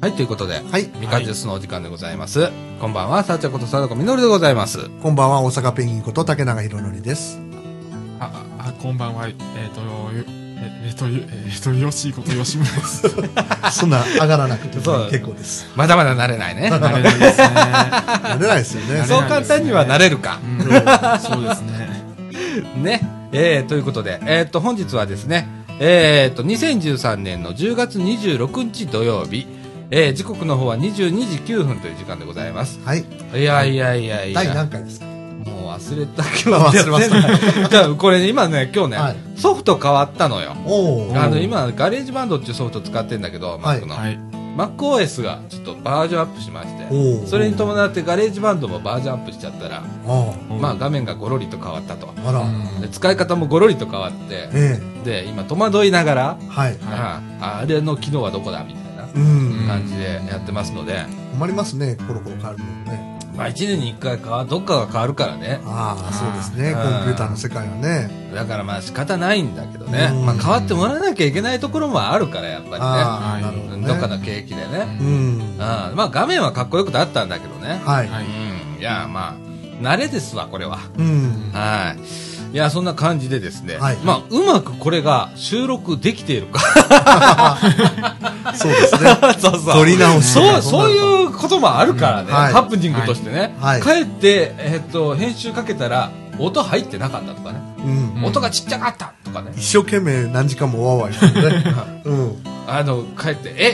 はい、ということで、 はい。 みかんジュースのお時間でございます。こんばんは、さあちゃんことさだこみのるでございます。 こんばんは、大阪ペンギンこと竹永宏典です。 こんばんは、よしこと吉村です。 そんな上がらなくて結構です。 まだまだ慣れないね。 慣れないですね。 慣れないですよね。 そう簡単には慣れるか。 そうですね。 ね。ということで、本日はですね、2013年の10月26日土曜日、時刻の方は22時9分という時間でございます。 はい。 いや。 第何回ですか？ もう忘れたけど。忘れました。じゃあ、これね、今ね、今日ね、はい、ソフト変わったのよ。今、ガレージバンドっていうソフト使ってるんだけど、Mac の。MacOS がちょっとバージョンアップしまして、それに伴ってガレージバンドもバージョンアップしちゃったら、まあ画面がゴロリと変わったと。で使い方もゴロリと変わって、で、今戸惑いながら、あれの機能はどこだみたいな感じでやってますので。 困りますね、コロコロ変わるのね。 まあ1年に1回どっかが変わるからね。 そうですね、コンピューターの世界はね。 だからまあ仕方ないんだけどね。まあ変わってもらわなきゃいけないところもあるから、やっぱりね。どっかの景気でね。まあ画面はかっこよくなったんだけどね。いや、まあ、慣れですわ、これは。はい。いや、そんな感じでですね。まあ、うまくこれが収録できているか。 そうですね。 そう。 撮り直し。 そういうこともあるからね。ハプニングとしてね。帰って、編集かけたら、音入ってなかったとかね。音がちっちゃかったとかね。 一生懸命何時間もわわ言ってね。 帰って、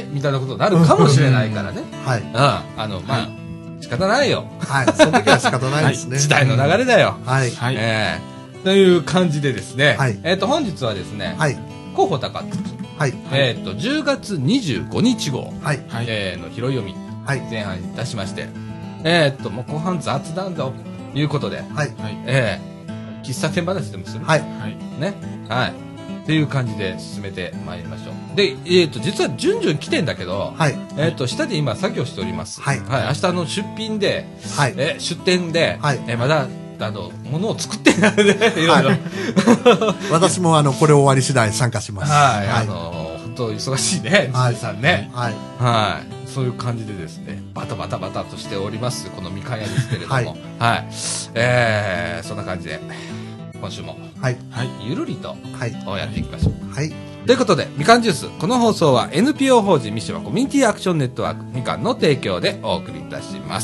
みたいなことになるかもしれないからね。まあ、仕方ないよ。 その時は仕方ないですね。 時代の流れだよ。という感じでですね。本日はですね、広報高槻。10月25日号の拾い読み。前半に出しまして。もう後半雑談だということで。喫茶店話でもする。ね。っていう感じで進めてまいりましょう。で、実は順々来てんだけど、下で今作業しております。明日の出品で、出店で、まだ、物を作ってんだね、いろいろ。 私もこれ終わり次第参加します。 本当忙しいね、じさんね。そういう感じでですね、バタバタとしております、このみかん屋ですけれども。そんな感じで、今週も、ゆるりと、やっていきましょう。ということで、みかんジュース。この放送は NPO 法人三島コミュニティアクションネットワークみかんの提供でお送りいたします。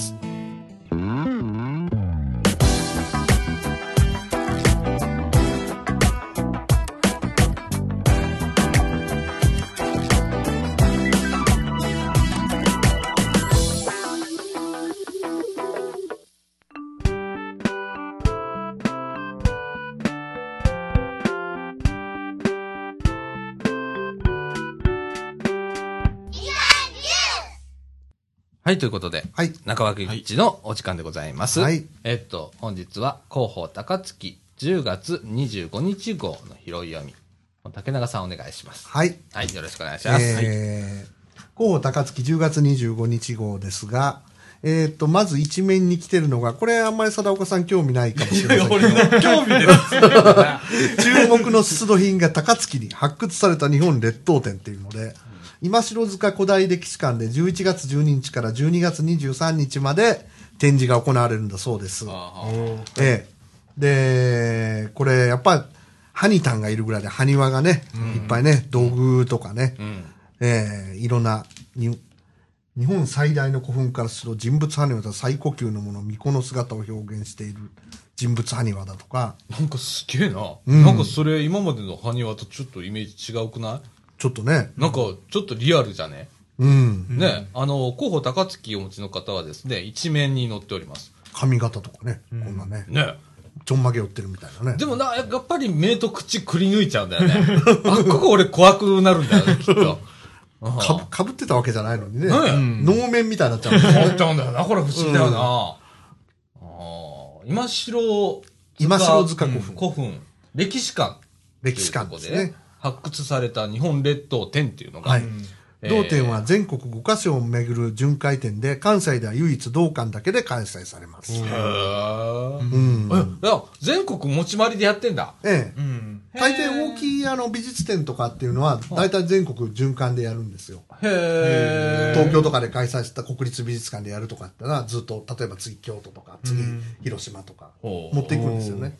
はい、ということで、中脇一のお時間でございます。本日は広報高槻10月25日号の拾い読み。竹永さんお願いします。よろしくお願いします。 広報高槻10月25日号ですが、まず一面に来てるのが、これあんまり貞岡さん興味ないかもしれませんけど。 俺の興味です。 注目の出土品が高槻に発掘された日本列島展っていうので、今城塚古代歴史館で11月12日から12月23日まで展示が行われるんだそうです。で、これやっぱハニタンがいるぐらいで、埴輪がね、いっぱいね、道具とかね、いろんな日本最大の古墳からする人物埴輪と最古級のもの、巫女の姿を表現している人物埴輪だとか。 なんかすげえな。なんかそれ今までの埴輪とちょっとイメージ違うくない？ ちょっとね。 なんか、ちょっとリアルじゃね。ね、広報高槻をお持ちの方はですね、一面に載っております。 髪型とかね、こんなね。ちょんまげ寄ってるみたいなね。 でもやっぱり目と口くり抜いちゃうんだよね。ここ俺怖くなるんだよね、きっと。 かぶってたわけじゃないのにね。能面みたいになっちゃうんだよね。 なっちゃうんだよな、これ不思議だよな。今城塚古墳。歴史館ですね。 発掘された日本列島展っていうのが、 同展は全国5カ所を巡る巡回展で、関西では唯一同館だけで開催されます。 全国持ち回りでやってんだ。 ええ。大抵大きい美術展とかっていうのは、大体全国巡回でやるんですよ。東京とかで開催した国立美術館でやるとかってのは、ずっと、例えば次京都とか、次広島とか、持っていくんですよね。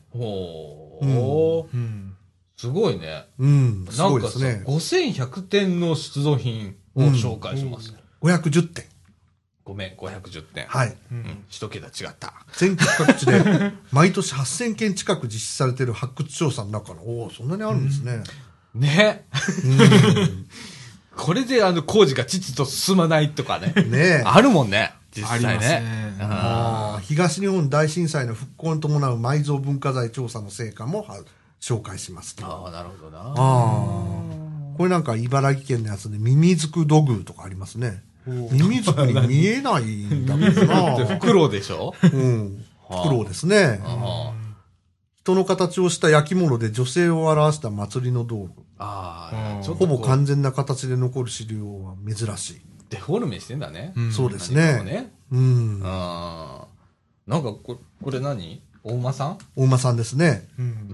すごいね。 すごいですね。 なんか5100点の出土品を紹介します。 510点。 ごめん、510点。 はい。 一桁違った。 全国各地で毎年8000件近く実施されている発掘調査の中の、そんなにあるんですね。 ね。これで工事が遅々と進まないとかね。 ねあるもんね。実際ね。 東日本大震災の復興に伴う埋蔵文化財調査の成果も紹介します。 なるほどな。 これなんか茨城県のやつでミミズク土偶とかありますね。ミミズクに見えないんだけどな。 フクロウでしょ？ フクロウですね。人の形をした焼き物で女性を表した祭りの道具。ほぼ完全な形で残る資料は珍しい。 デフォルメしてんだね。 そうですね。 なんかこれ何？お馬さん？ お馬さんですね。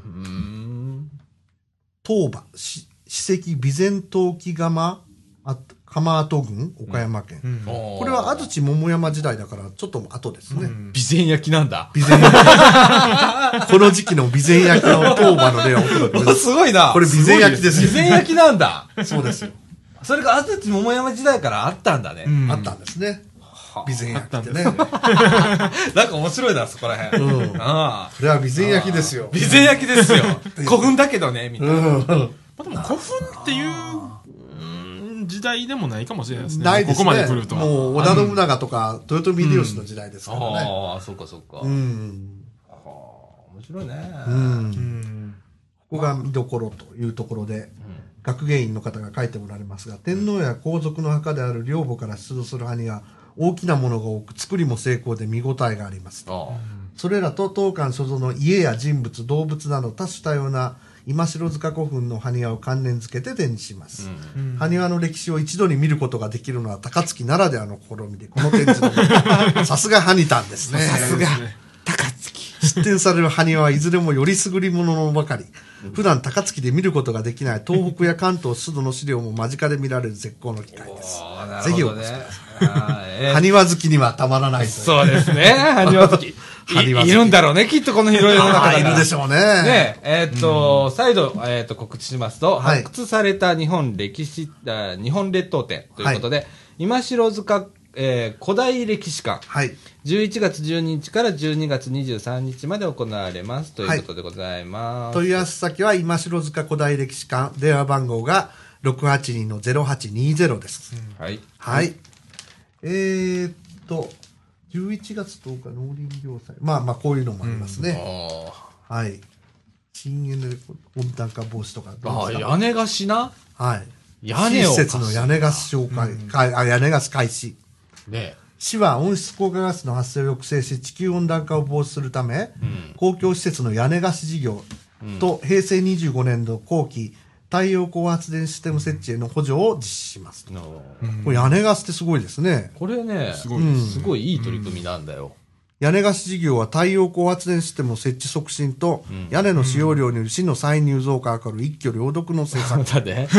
当馬、史跡備前陶器窯跡郡、岡山県。これは安土桃山時代だから、ちょっと後ですね。 備前焼なんだ。 備前焼。この時期の備前焼の当馬の例はお届けです。 すごいな。 これ備前焼ですよ。 備前焼なんだ。 そうですよ。 それが安土桃山時代からあったんだね。 あったんですね。備前焼ってね。 なんか面白いな、そこら辺。 これは備前焼ですよ。 備前焼ですよ。古墳だけどね、みたいな。 でも古墳っていう時代でもないかもしれないですね。 ないですね。 ここまで来ると。 もう織田信長とか豊臣秀吉の時代ですからね。 そうかそうか。 面白いね。 ここが見どころというところで、学芸員の方が書いておられますが、天皇や皇族の墓である陵墓から出土する埴輪、大きなものが多く、作りも精巧で見応えがあります。それらと当館所蔵の家や人物、動物など多種多様な今城塚古墳の埴輪を関連付けて展示します。埴輪の歴史を一度に見ることができるのは高槻ならではの試みで、この展示のさすがハニタンですね。 さすが高槻。 出展される埴輪はいずれもよりすぐりものばかり。普段高槻で見ることができない東北や関東出土の資料も間近で見られる絶好の機会です。ぜひお越しください。埴輪好きにはたまらない。 そうですね。埴輪好き。いるんだろうね、きっとこの広い世の中に。いるでしょうね。 ね再度、告知しますと、発掘された日本列島展ということで、今城塚古代歴史館、11月12日から12月23日まで行われますということでございます。 問い合わせ先は今城塚古代歴史館、電話番号が 682-0820 です。 はい。 11月10日農林業祭。こういうのもありますね。新エネル温暖化防止とか。 屋根貸しな。 屋根を貸す。施設の屋根貸し紹介、屋根貸し開始。市は温室効果ガスの発生を抑制し地球温暖化を防止するため、公共施設の屋根貸し事業と平成25年度後期太陽光発電システム設置への補助を実施します。これ屋根貸しってすごいですね。 これね、すごいいい取り組みなんだよ。 屋根貸し事業は太陽光発電システムの設置促進と、屋根の使用量による市の歳入増加を図る一挙両得の政策。 だね。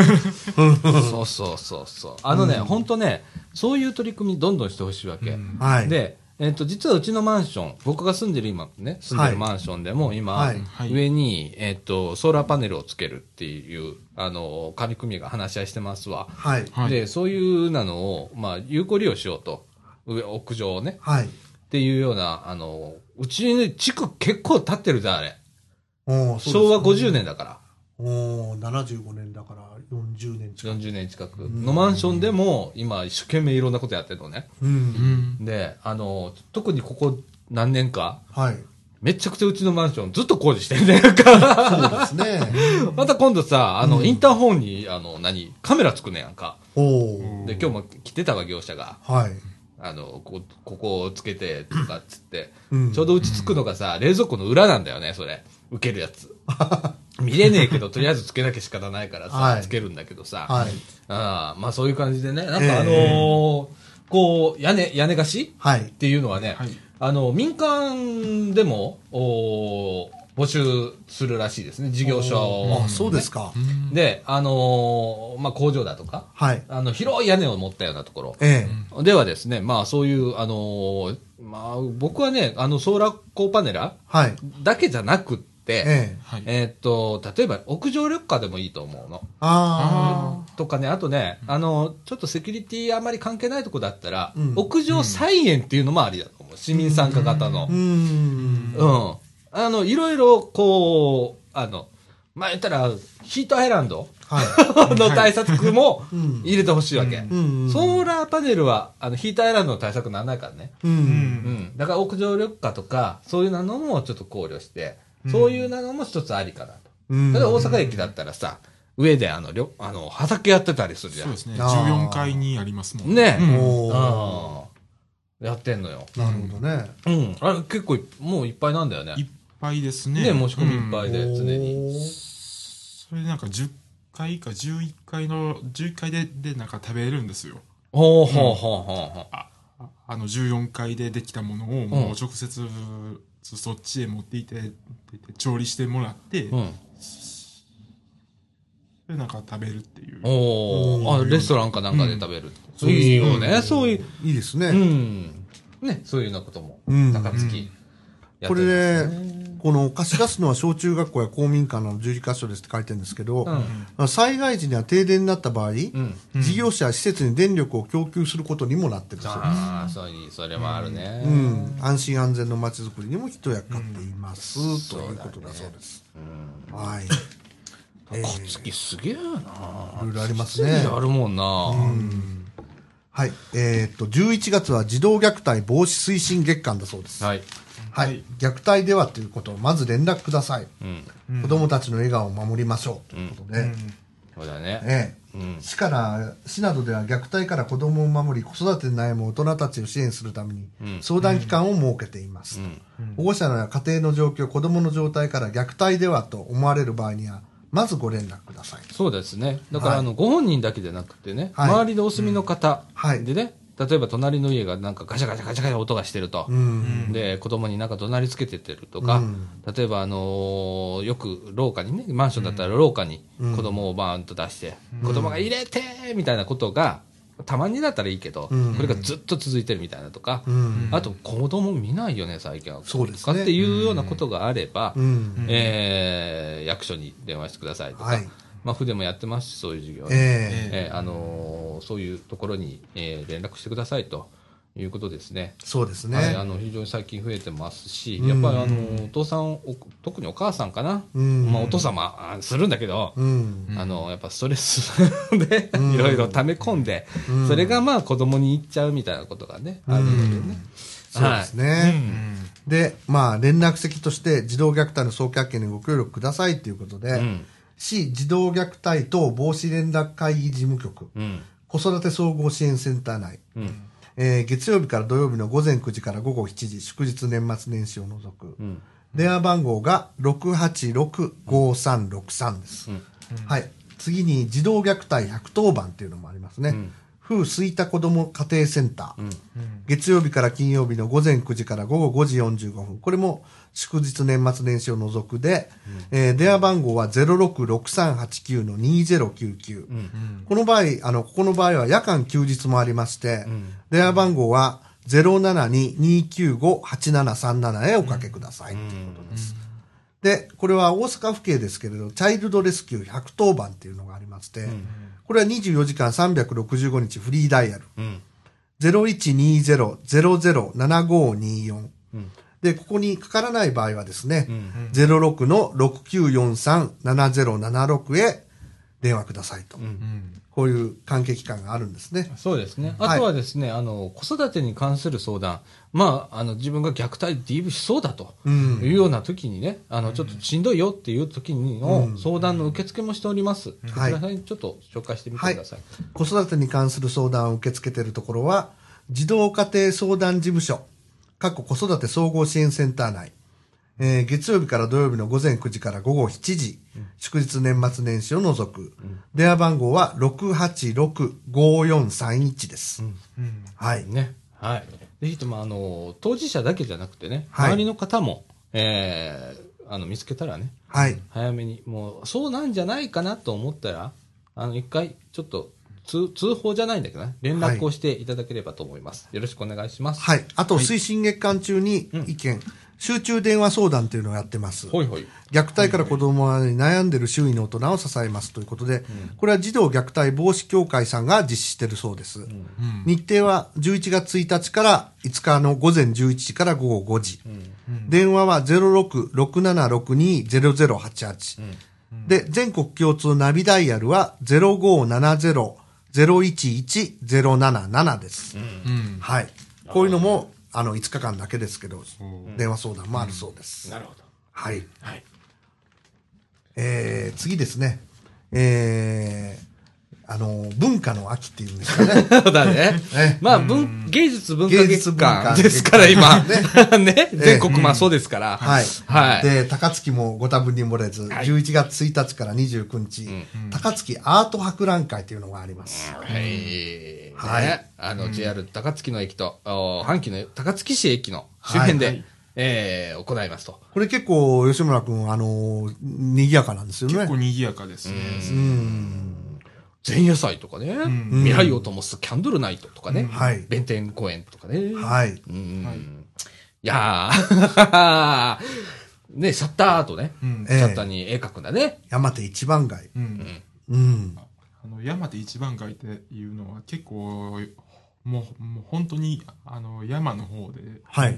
そう。本当ね、そういう取り組みどんどんしてほしいわけ。で、実はうちのマンション、僕が住んでるマンションでも今、上に、ソーラーパネルをつけるっていう、取り組みが話し合いしてますわ。で、そういうのを、有効利用しようと。屋上をね。っていうような、うちに地区結構経ってるじゃん、あれ。昭和50年だから。 75年だから40年近く。 40年近くのマンションでも、今一生懸命いろんなことやってるのね。で、特にここ何年か、めちゃくちゃうちのマンションずっと工事してるね。 そうですね。 また今度さ、インターホンに、カメラつくねやんか。で、今日も来てたわ、業者が。ここをつけて、とかっつって、ちょうどうちつくのがさ、冷蔵庫の裏なんだよね、それ。受けるやつ。 見れねえけど、とりあえずつけなきゃ仕方ないからさ、つけるんだけどさ。まあそういう感じでね、なんかこう、屋根貸しっていうのはね、民間でも、募集するらしいですね、事業所を。 そうですか。 で、まあ、工場だとか、広い屋根を持ったようなところではですね、まあ、そういう、まあ、僕はね、ソーラー光パネラだけじゃなくって、例えば、屋上緑化でもいいと思うの。とかね、あとね、ちょっとセキュリティあまり関係ないとこだったら、屋上菜園っていうのもありだと思う。市民参加型の。いろいろ、こう、まあ、言ったら、ヒートアイランドの対策も入れてほしいわけ。ソーラーパネルは、ヒートアイランドの対策にならないからね。だから屋上緑化とか、そういうのもちょっと考慮して、そういうのも一つありかなと。例えば大阪駅だったらさ、上で畑やってたりするじゃん。 そうですね。14階にありますもんね。やってんのよ。 なるほどね。 あれ結構もういっぱいなんだよね。 いっぱいですね。 申し込みいっぱいで、常に。 それでなんか10階か11階でなんか食べれるんですよ。14階でできたものをもう直接そっちへ持っていって調理してもらって、それなんか食べるっていう。 レストランかなんかで食べる。そういいよね。そういう。 いいですね。 ね、そういうようなことも、高槻。 これね、この貸し出すのは小中学校や公民館の12カ所ですって書いてるんですけど、災害時には停電になった場合、事業者や施設に電力を供給することにもなってるそうです。 それもあるね。 安心安全の街づくりにも一役買っています、ということだそうです。はい。 高槻すげえな。いろいろありますね。 あるもんな。 はい。11月は児童虐待防止推進月間だそうです。はい。虐待ではということをまず連絡ください。子供たちの笑顔を守りましょう。ということで。 そうだね。 市などでは虐待から子供を守り、子育てに悩む大人たちを支援するために相談機関を設けています。保護者の家庭の状況、子供の状態から虐待ではと思われる場合には、まずご連絡ください。 そうですね。だから、ご本人だけじゃなくてね、周りでお住みの方でね、例えば隣の家がなんかガチャガチャガチャガチャ音がしてると。で、子供になんか怒鳴りつけてってるとか、例えばよく廊下にね、マンションだったら廊下に子供をバーンと出して、子供が入れてみたいなことが、たまにだったらいいけど、これがずっと続いてるみたいなとか、あと子供見ないよね、最近は。そうですね。っていうようなことがあれば、役所に電話してくださいとか、まあ、府でもやってますし、そういう事業に、そういうところに、連絡してくださいということですね。 そうですね。 非常に最近増えてますし、やっぱりお父さん、特にお母さんかな、まあ、お父様するんだけど、やっぱストレスでいろいろ溜め込んで、それがまあ子供にいっちゃうみたいなことがね、あるのでね。 そうですね。で、まあ、連絡先として児童虐待の早期発見にご協力くださいということで、市児童虐待等防止連絡会議事務局、子育て総合支援センター内、月曜日から土曜日の午前9時から午後7時、祝日年末年始を除く、電話番号が 686-5363 です。はい。次に児童虐待110番っていうのもありますね。府吹田子ども家庭センター、月曜日から金曜日の午前9時から午後5時45分、これも祝日年末年始を除くで、電話番号は 066389-2099、この場合、ここの場合は夜間休日もありまして、電話番号は 072-295-8737 へおかけくださいということです。で、これは大阪府警ですけれど、チャイルドレスキュー110番っていうのがありまして、これは24時間365日フリーダイヤル。0120-007524。で、ここにかからない場合はですね、06-6943-7076へ電話くださいと。こういう関係機関があるんですね。 そうですね。あとはですね、子育てに関する相談、まあ、自分が虐待 DV しそうだというような時にね、ちょっとしんどいよっていう時にの相談の受付もしております。こちらにちょっと紹介してみてください。 子育てに関する相談を受け付けているところは、児童家庭相談事務所、子育て総合支援センター内、 月曜日から土曜日の午前9時から午後7時、祝日年末年始を除く。電話番号は686-5431です。はい。 ね。はい。ぜひとも、当事者だけじゃなくてね、周りの方も、見つけたらね、早めに、もう、そうなんじゃないかなと思ったら、一回、ちょっと、通報じゃないんだけどね、連絡をしていただければと思います。よろしくお願いします。 はい。あと、推進月間中に意見、集中電話相談っていうのをやってます。虐待から子供に悩んでる周囲の大人を支えますということで、これは児童虐待防止協会さんが実施しているそうです。日程は11月1日から5日の午前11時から午後5時。電話は 0667620088。で、全国共通ナビダイヤルは 0570-011-077 です。はい。こういうのも、5日間だけですけど、電話相談もあるそうです。 なるほど。 はい。次ですね。文化の秋っていうんですかね。 そうだね。まあ、芸術文化月間ですから、今。ね。全国まあそうですから。 はい。で、高槻もご多分に漏れず、11月1日から29日、高槻アート博覧会というのがあります。 はい。JR 高槻の駅と、阪急の高槻市駅の周辺で、行いますと。 これ結構、吉村くん、賑やかなんですよね。 結構賑やかですね。 前夜祭とかね、未来を灯すキャンドルナイトとかね、弁天公園とかね。いやー、ね、シャッターアートね。シャッターに絵描くんだね。 山手一番街。 山手一番街っていうのは結構、もう本当に、山の方で、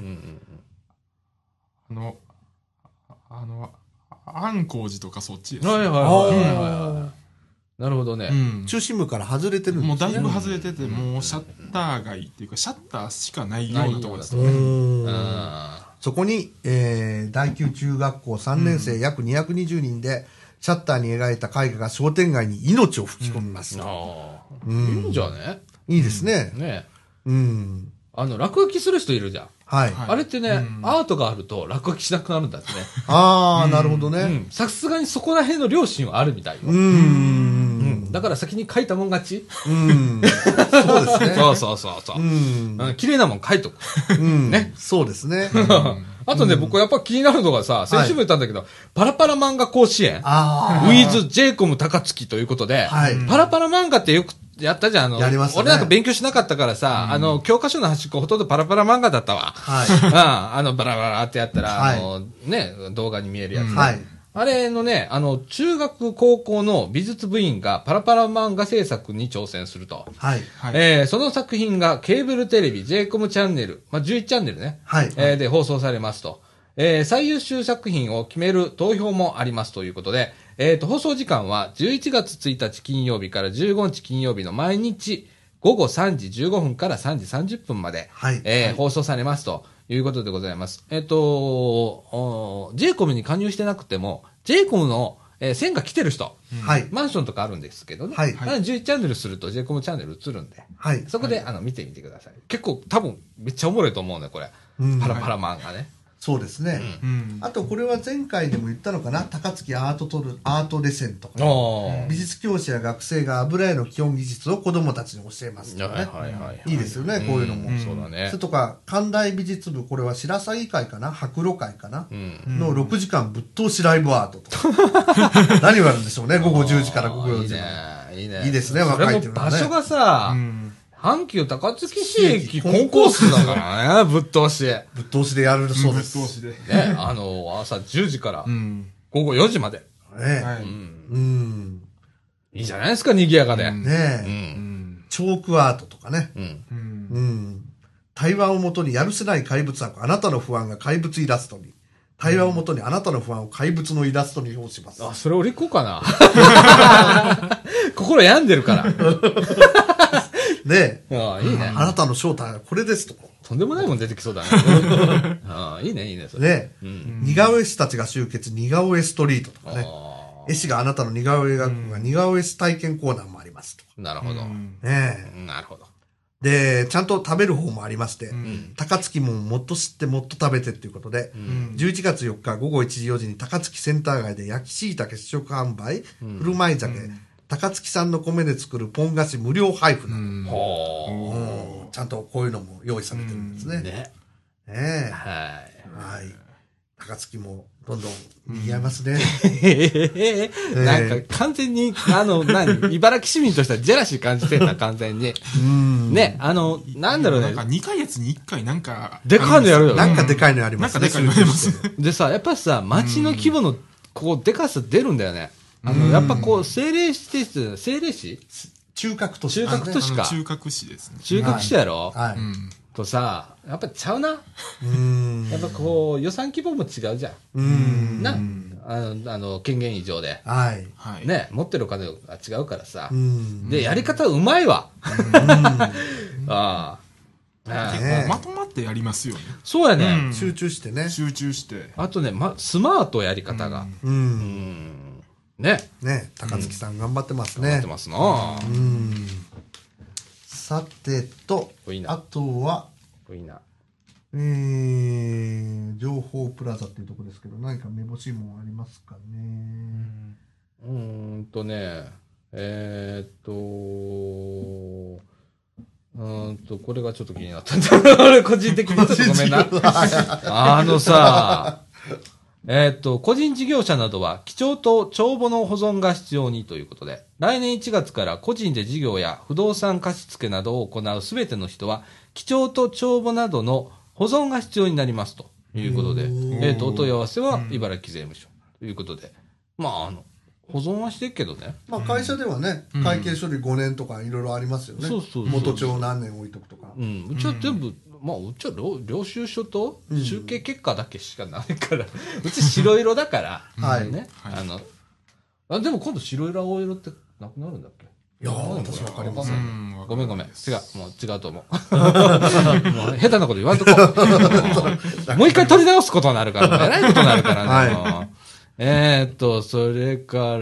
安光寺とかそっちですね。 なるほどね。 中心部から外れてるんですね。 もうだいぶ外れてて、もうシャッター街っていうか、シャッターしかないようなところですね。 そこに、第9中学校3年生約220人で、シャッターに描いた絵画が商店街に命を吹き込みます。いいんじゃね。 いいですね。 落書きする人いるじゃん。 はい。 あれってね、アートがあると落書きしなくなるんだってね。 ああ、なるほどね。 さすがにそこら辺の良心はあるみたいよ。だから先に書いたもん勝ち。 そうですね。 そう。綺麗なもん書いとく。ね。 そうですね。 あとね、僕やっぱ気になるのがさ、先週も言ったんだけど、パラパラ漫画甲子園。ウィズ・ジェイコム高槻ということで、パラパラ漫画ってよくやったじゃん。 やりますね。 俺なんか勉強しなかったからさ、教科書の端っこほとんどパラパラ漫画だったわ。バラバラってやったら、ね、動画に見えるやつ。あれのね、中学高校の美術部員がパラパラ漫画制作に挑戦すると。その作品がケーブルテレビ、j コムチャンネル、11チャンネルね。で放送されますと。最優秀作品を決める投票もありますということで、放送時間は11月1日金曜日から15日金曜日の毎日午後3時15分から3時30分まで、放送されますと。いうことでございます。j コムに加入してなくても、j コムの、線が来てる人、マンションとかあるんですけどね。11チャンネルすると j コムチャンネル映るんで、そこで、見てみてください。結構多分めっちゃおもろいと思うね、これ。パラパラ漫画ね。 そうですね。あと、これは前回でも言ったのかな、高槻アートレセンとか、美術教師や学生が油絵の基本技術を子供たちに教えますとかね。いいですよね、こういうのも。 そうだね。 それとか、関大美術部、これは白鷺会かな、白露会かな、の6時間ぶっ通しライブアートとか。何をやるんでしょうね、午後10時から午後4時まで。いいですね、若いっていうのはね。 場所がさ、阪急高槻市駅コンコースだからね、ぶっ通し。 ぶっ通しでやるそうです。 ぶっ通しで。 ね、朝10時から午後4時まで。いいじゃないですか、賑やかで。 チョークアートとかね。対話をもとにやるせない怪物はあなたの不安が怪物イラストに。対話をもとにあなたの不安を怪物のイラストに表します。 それ俺行こうかな。心病んでるから。 ねえ。いいね。 あなたの正体はこれですと。 とんでもないもん出てきそうだね。いいね、それ。似顔絵師たちが集結、似顔絵ストリートとかね。絵師があなたの似顔絵描くが似顔絵師体験コーナーもありますと。 なるほど。 ねなるほど。 で、ちゃんと食べる方もありまして、高槻ももっと知ってもっと食べてっていうことで、11月4日午後1時4時に高槻センター街で焼き椎茸試食販売、振る舞い酒、高槻産の米で作るポン菓子無料配布など、ちゃんとこういうのも用意されてるんですね。はい。高槻もどんどん賑わいますね。 なんか完全に、茨城市民としてはジェラシー感じてんな、完全に。ね、なんだろうね。 なんか2ヶ月に1回なんか。 でかいのやるよね。 なんかでかいのやりますね。 なんかでかいのやります。 でさ、やっぱさ、街の規模の、こう、でかさ出るんだよね。やっぱこう、政令市中核都市。 中核都市か。 中核市ですね。 中核市やろはい。 とさ、やっぱちゃうな。やっぱこう、予算規模も違うじゃん。な、権限以上で。 はい。 ね、持ってるお金が違うからさ。で、やり方うまいわ。ああ。結構まとまってやりますよね。 そうやね。 集中してね。 集中して。 あとね、スマートやり方が。ね。 高槻さん頑張ってますね。 頑張ってますな。 さてと、あとは、情報プラザっていうところですけど、何かめぼしいものありますかね。 これがちょっと気になったんだ。俺個人的にちょっとごめんな。さ、個人事業者などは記帳と帳簿の保存が必要にということで、来年1月から個人で事業や不動産貸付などを行うすべての人は、記帳と帳簿などの保存が必要になりますということで、お問い合わせは茨城税務署ということで、保存はしてるけどね。 会社ではね、会計処理5年とかいろいろありますよね。元帳何年置いとくとか。 うちは全部、うちは領収書と集計結果だけしかないから、うち白色だから、ね。でも今度白色青色ってなくなるんだっけ？ いや私わかりません。 ごめん。違う。もう違うと思う。もう下手なこと言わんとこう。もう一回取り直すことになるから、偉いことになるからね。それから、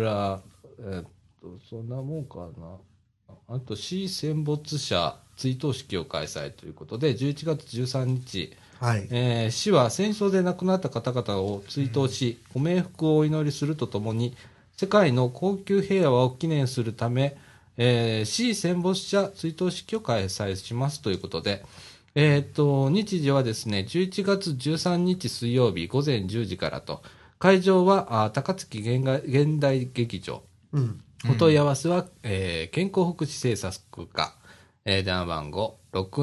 そんなもんかな。あと、市戦没者追悼式を開催ということで、11月13日、市は戦争で亡くなった方々を追悼し、ご冥福をお祈りするとともに、世界の恒久平和を記念するため、市戦没者追悼式を開催しますということで、日時はですね、11月13日水曜日午前10時からと、会場は高槻現代劇場。お問い合わせは、健康福祉政策課、電話番号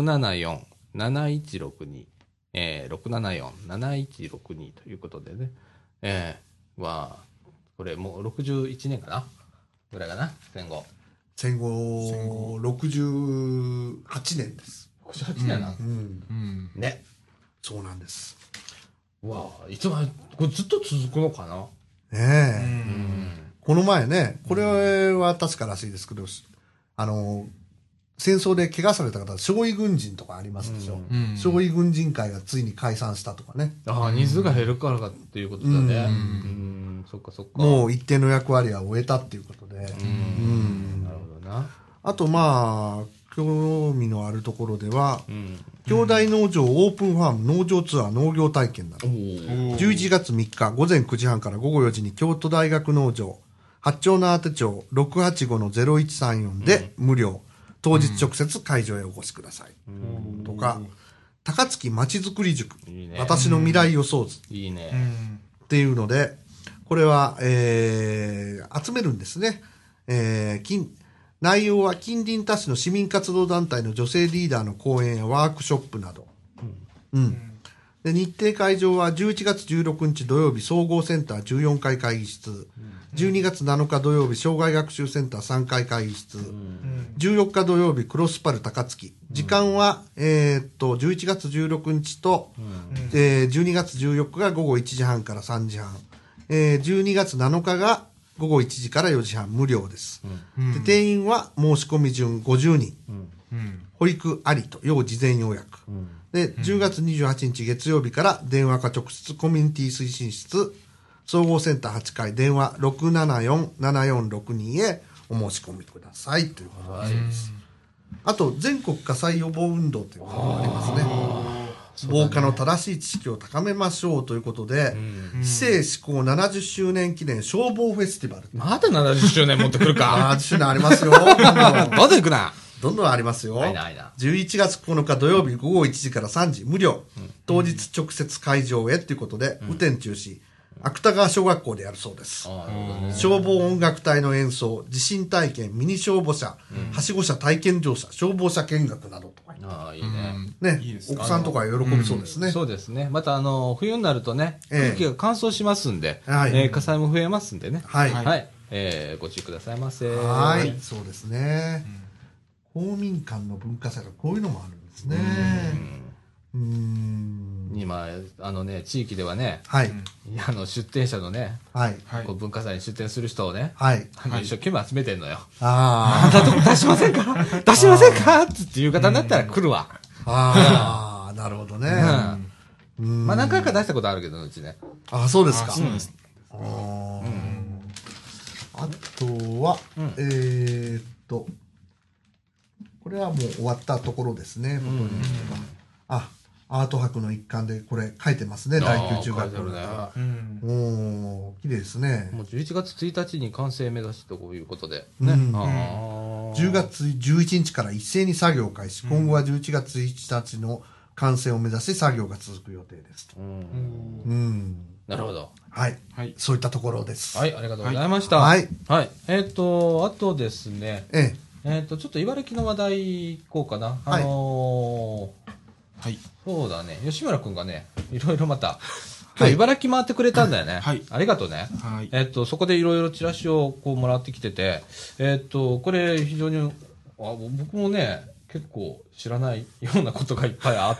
674-7162、674-7162ということでね、これもう61年かなぐらいかな、 戦後68年です。 68年な。ね。 そうなんです。 いつまで、これずっと続くのかなこの前ね、これは確からしいですけど、戦争で怪我された方、傷痍軍人とかありますでしょ。傷痍軍人会がついに解散したとかね。 人数が減るからかっていうことだね。そっか。 もう一定の役割は終えたっていうことで。なるほどな。 あと興味のあるところでは、兄弟農場オープンファーム農場ツアー農業体験など、11月3日午前9時半から午後4時に京都大学農場、八丁名手町 685-0134 で無料、当日直接会場へお越しください。とか、高槻まちづくり塾、私の未来予想図。 いいね。 っていうので、これは、集めるんですね。内容は近隣多市の市民活動団体の女性リーダーの講演やワークショップなど。で日程会場は11月16日土曜日総合センター14階会議室、12月7日土曜日障害学習センター3階会議室、14日土曜日クロスパル高槻、時間は、11月16日と、12月14日が午後1時半から3時半、12月7日が午後1時から4時半無料です。で定員は申し込み順50人。保育ありと要事前予約。で、10月28日月曜日から電話か直接コミュニティ推進室総合センター8階電話 674-7462 へお申し込みくださいということです。 あと、全国火災予防運動というのがありますね。防火の正しい知識を高めましょうということで、市政施行70周年記念消防フェスティバル。 まだ70周年持ってくるか。 70周年ありますよ。 どんどん行くな。 どんどんありますよ。 ないないな。 11月9日土曜日午後1時から3時無料。当日直接会場へということで、雨天中止。芥川小学校でやるそうです。消防音楽隊の演奏、地震体験、ミニ消防車、はしご車体験乗車、消防車見学などとか。 ああ、いいね。 ね、お子さんとか喜びそうですね。 そうですね。また冬になるとね、空気が乾燥しますんで、火災も増えますんでね。はい。はい。ご注意くださいませ。 はい。そうですね。公民館の文化祭とかこういうのもあるんですね。 今、地域ではね、はい。出店者のね、はい。文化祭に出店する人をね、はい。一生懸命集めてんのよ。ああ。あんたとこ出しませんか出しませんかっていう方になったら来るわ。 ああ、なるほどね。 まあ何回か出したことあるけど、うちね。 あ、そうですか。そうです。あとは、これはもう終わったところですね、フォトリンクが。アート博の一環でこれ書いてますね、大宮中学校の。おー、綺麗ですね。 もう11月1日に完成目指しということで。ね。 10月11日から一斉に作業開始。今後は11月1日の完成を目指して作業が続く予定ですと。 なるほど。 はい。そういったところです。 はい、ありがとうございました。はい。はい。あとですね。ちょっと茨城の話題いこうかな。はい。そうだね。吉村くんがね、いろいろまた、今日茨城回ってくれたんだよね。はい。ありがとうね。はい。そこでいろいろチラシをこうもらってきてて、これ非常に、僕もね、結構知らないようなことがいっぱいあって、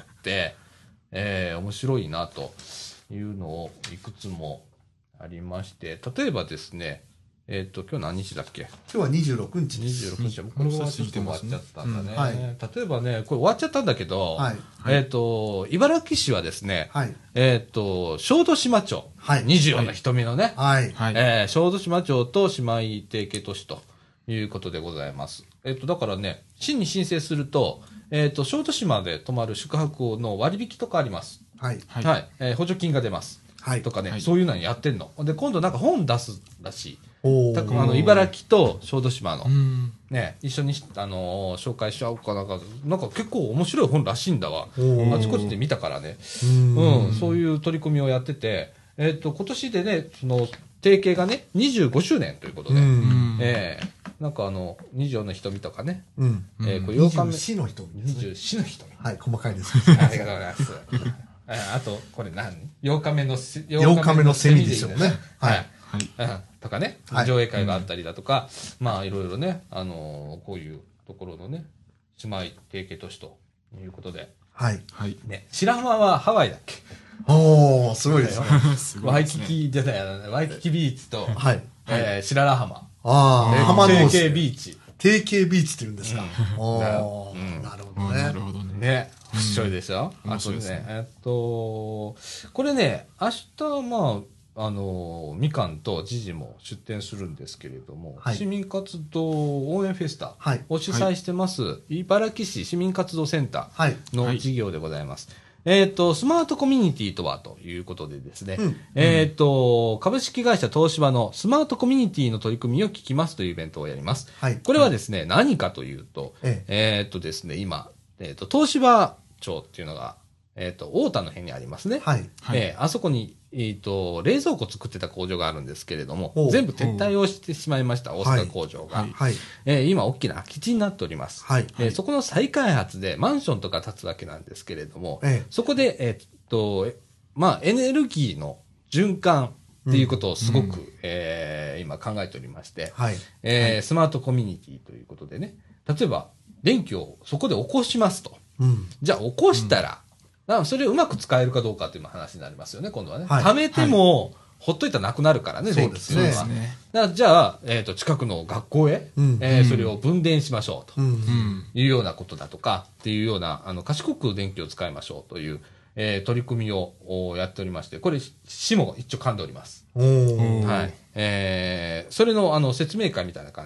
面白いなというのをいくつもありまして、例えばですね、今日何日だっけ？ 今日は26日です。26日はこれ終わっちゃったんだね。はい、例えばね、これ終わっちゃったんだけど、はい、茨城市はですね、はい、小豆島町、はい、24の瞳のね、はい、小豆島町と姉妹提携都市ということでございます。だからね、市に申請すると、小豆島で泊まる宿泊の割引とかあります。はい。はい。補助金が出ます。はい。とかね、そういうのやってんの。で、今度なんか本出すらしい。茨城と小豆島の、ね、一緒に、紹介しちゃおうかなんか結構面白い本らしいんだわ。あちこちで見たからね。そういう取り組みをやってて、今年でね、提携がね、25周年ということで、なんか24の瞳とかね、これ 8日目。24の瞳。 24の瞳。 はい、細かいです。 ありがとうございます。あと、これ8日目のセミですよね。はい。 とかね、上映会があったりだとか、まあいろいろね、こういうところのね、姉妹提携都市ということで。はい。ね、白浜はハワイだっけ？ おー、すごいですね。 ワイキキじゃない、ワイキキビーチと、白良浜。 浜の提携ビーチ。 提携ビーチって言うんですか。なるほどね。 なるほどね。 ね、面白いでしょ？あとね、これね、明日、まあ、みかんとジジも出店するんですけれども、市民活動応援フェスタを主催してます、茨城市市民活動センターの事業でございます。スマートコミュニティとはということでですね、株式会社東芝のスマートコミュニティの取り組みを聞きますというイベントをやります。これはですね、何かというと、ですね、今、東芝町っていうのが、大田の辺にありますね。あそこに、冷蔵庫作ってた工場があるんですけれども、全部撤退をしてしまいました、大阪工場が。今、大きな空き地になっております。そこの再開発でマンションとか建つわけなんですけれども、そこで、まあ、エネルギーの循環っていうことをすごく、今考えておりまして、スマートコミュニティということでね、例えば、電気をそこで起こしますと。じゃあ、起こしたら、それをうまく使えるかどうかという話になりますよね、今度はね。貯めても、ほっといたらなくなるからね、電気っていうのは。だからじゃあ、近くの学校へ、それを分電しましょうというようなことだとか、っていうような、賢く電気を使いましょうという、取り組みをやっておりまして、これ、市も一応噛んでおります。はい。それの、説明会みたいな感じで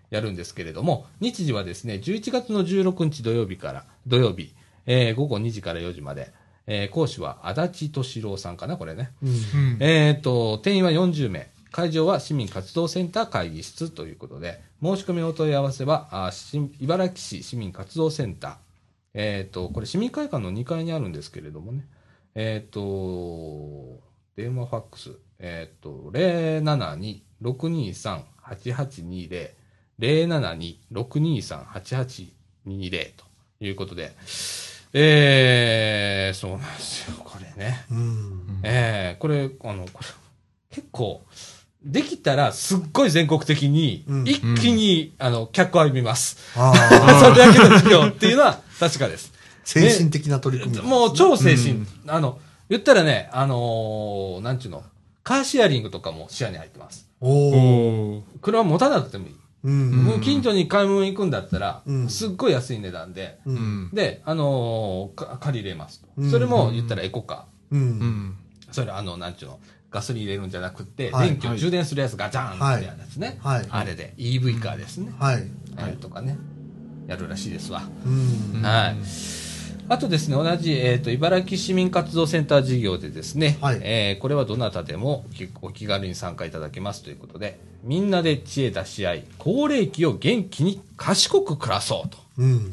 やるんですけれども、日時はですね、11月の16日土曜日、午後2時から4時まで、講師は足立敏郎さんかな、これね。定員は40名。会場は市民活動センター会議室ということで、申し込みお問い合わせは、茨城市市民活動センター。これ市民会館の2階にあるんですけれどもね。電話ファックス。072-623-8820。072-623-8820ということで、そうなんですよ、これね。これ、結構、できたらすっごい全国的に、一気に、脚を浴びます。それだけの授業っていうのは確かです。 精神的な取り組み、 もう超精神。言ったらね、なんちゅうの、カーシェアリングとかも視野に入ってます。車持たなくてもいい。もう近所に買い物行くんだったら、すっごい安い値段で、で、借りれますと。それも言ったらエコカー。それ、なんちゅうの、ガソリン入れるんじゃなくて、電気を充電するやつガチャーンってやるやつね。あれで、EV カーですね。とかね、やるらしいですわ。はい。あとですね、同じ、茨城市民活動センター事業でですね、これはどなたでもお気軽に参加いただけますということで、みんなで知恵出し合い、高齢期を元気に賢く暮らそうと。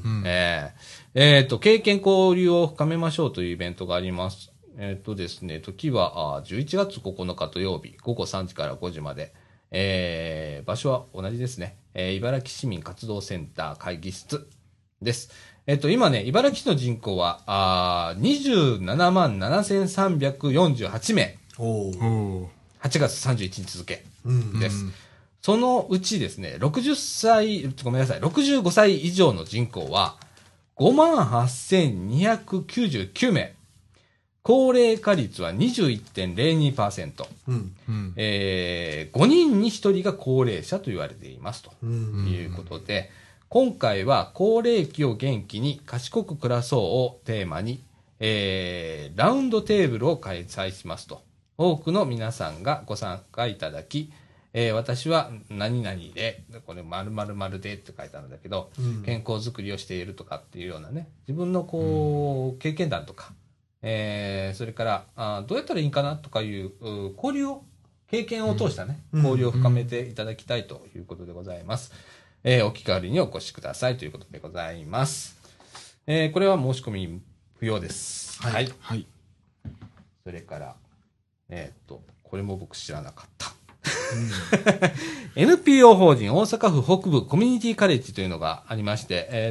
経験交流を深めましょうというイベントがあります。ですね、時は11月9日土曜日、午後3時から5時まで、場所は同じですね、茨城市民活動センター会議室です。今ね、茨城市の人口は、27万7348名。8月31日付です。そのうちですね、65歳以上の人口は、58,299名。高齢化率は 21.02%。5人に1人が高齢者と言われています。ということで、今回は高齢期を元気に賢く暮らそうをテーマに、ラウンドテーブルを開催しますと。多くの皆さんがご参加いただき、私は何々で、これ〇〇〇でって書いてあるんだけど、健康づくりをしているとかっていうようなね、自分の経験談とか、それからどうやったらいいかなとかいう交流を、経験を通したね、交流を深めていただきたいということでございます。お気軽にお越しくださいということでございます。これは申し込み不要です。はい。それから、これも僕知らなかった。NPO 法人大阪府北部コミュニティカレッジというのがありまして、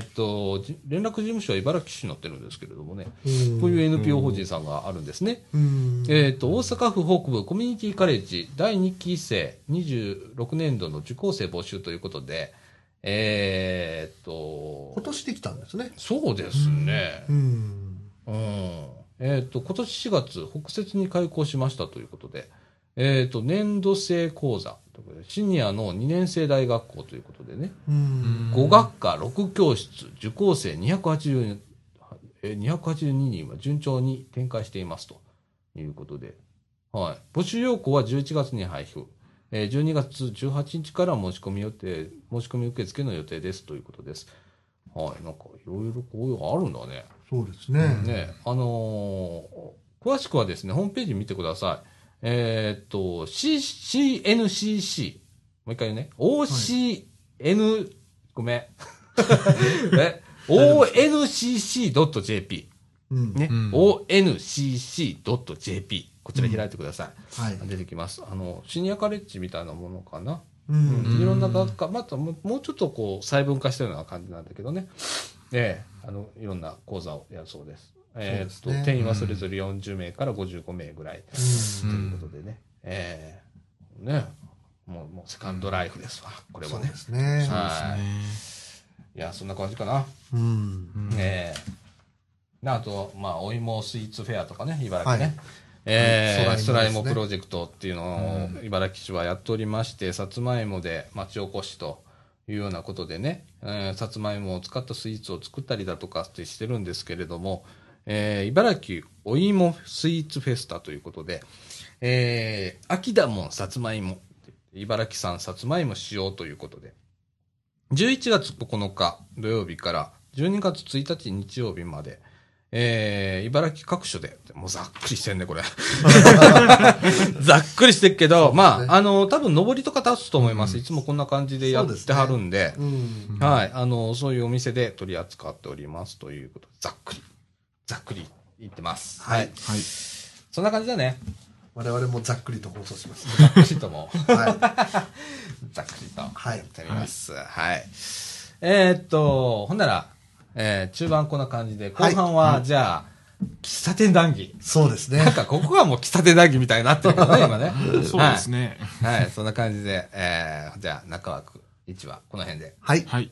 連絡事務所は茨城市に載ってるんですけれどもね、こういう NPO 法人さんがあるんですね。大阪府北部コミュニティカレッジ第2期生26年度の受講生募集ということで、今年できたんですね。 そうですね。今年4月、北摂に開校しましたということで、年度制講座、シニアの2年生大学校ということでね、5学科6教室、受講生282人は順調に展開していますということで、はい。募集要項は11月に配布。12月18日から申し込み受付の予定ですということです。はい。なんかいろいろこういうのあるんだね。 そうですね。 ね。詳しくはですね、ホームページ見てください。CNCC。もう一回ね。OCN、ごめん。ONCC.jp。ね。ONCC.jp。こちら開いてください。出てきます。シニアカレッジみたいなものかな。いろんな学科、またもうちょっとこう細分化したような感じなんだけどね。いろんな講座をやるそうです。定員はそれぞれ40名から55名ぐらい。ということでね。もうセカンドライフですわ。これはね。そうですね。はい。いや、そんな感じかな。あと、お芋スイーツフェアとかね、茨城ね。スライモプロジェクトっていうのを茨城市はやっておりまして、さつまいもで町おこしというようなことでね、さつまいもを使ったスイーツを作ったりだとかってしてるんですけれども、茨城お芋スイーツフェスタということで、秋だもんさつまいも、茨城産さつまいも使用ということで、 11月9日土曜日から12月1日日曜日まで、茨城各所で、もうざっくりしてんね、これ。ざっくりしてっけど、まあ、多分、上りとか立つと思います。いつもこんな感じでやってはるんで、はい、そういうお店で取り扱っておりますということで、ざっくり言ってます。はい。はい。そんな感じだね。 我々もざっくりと放送します。 ざっくりとも。はい。ざっくりと。はい。やってみます。はい。ほんなら、中盤こんな感じで、後半は、じゃあ、喫茶店談義。 そうですね。 なんか、ここがもう喫茶店談義みたいになってるけどね、今ね。 そうですね。 はい、そんな感じで、じゃあ、中枠1話、この辺で。 はい。はい。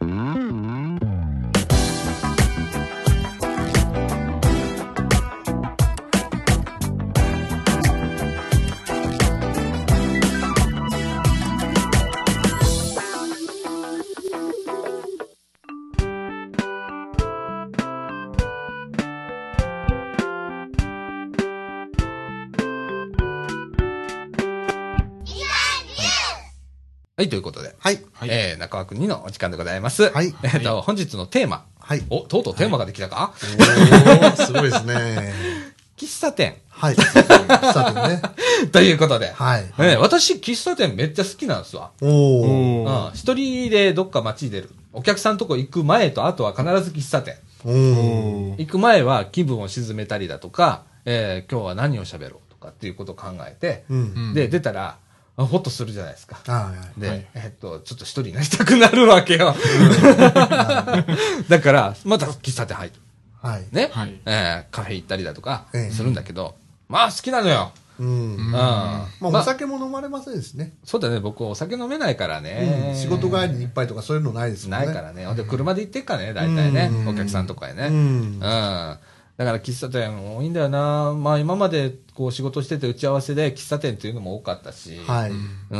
はい、ということで。 はい。 中枠2のお時間でございます。はい。本日のテーマ。はい。お、とうとうテーマができたか？ すごいですね。 喫茶店。 はい。喫茶店ね。 ということで。 はい。 私、喫茶店めっちゃ好きなんですわ。一人でどっか街に出る。お客さんとこ行く前と後は必ず喫茶店。行く前は気分を沈めたりだとか、今日は何を喋ろうとかっていうことを考えて、で、出たら、ホッとするじゃないですか。で、ちょっと一人になりたくなるわけよ。だから、また喫茶店入る。はい。ね。はい。カフェ行ったりだとか、するんだけど、まあ好きなのよ。 まあお酒も飲まれませんですね。 そうだね、僕お酒飲めないからね。 仕事帰りに一杯とかそういうのないですもんね。 ないからね。で、車で行ってっからね、大体ね。お客さんとかへね。だから喫茶店多いんだよな。まあ今までこう仕事してて打ち合わせで喫茶店っていうのも多かったし、はい。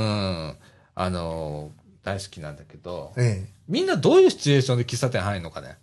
大好きなんだけど、みんなどういうシチュエーションで喫茶店入るのかね。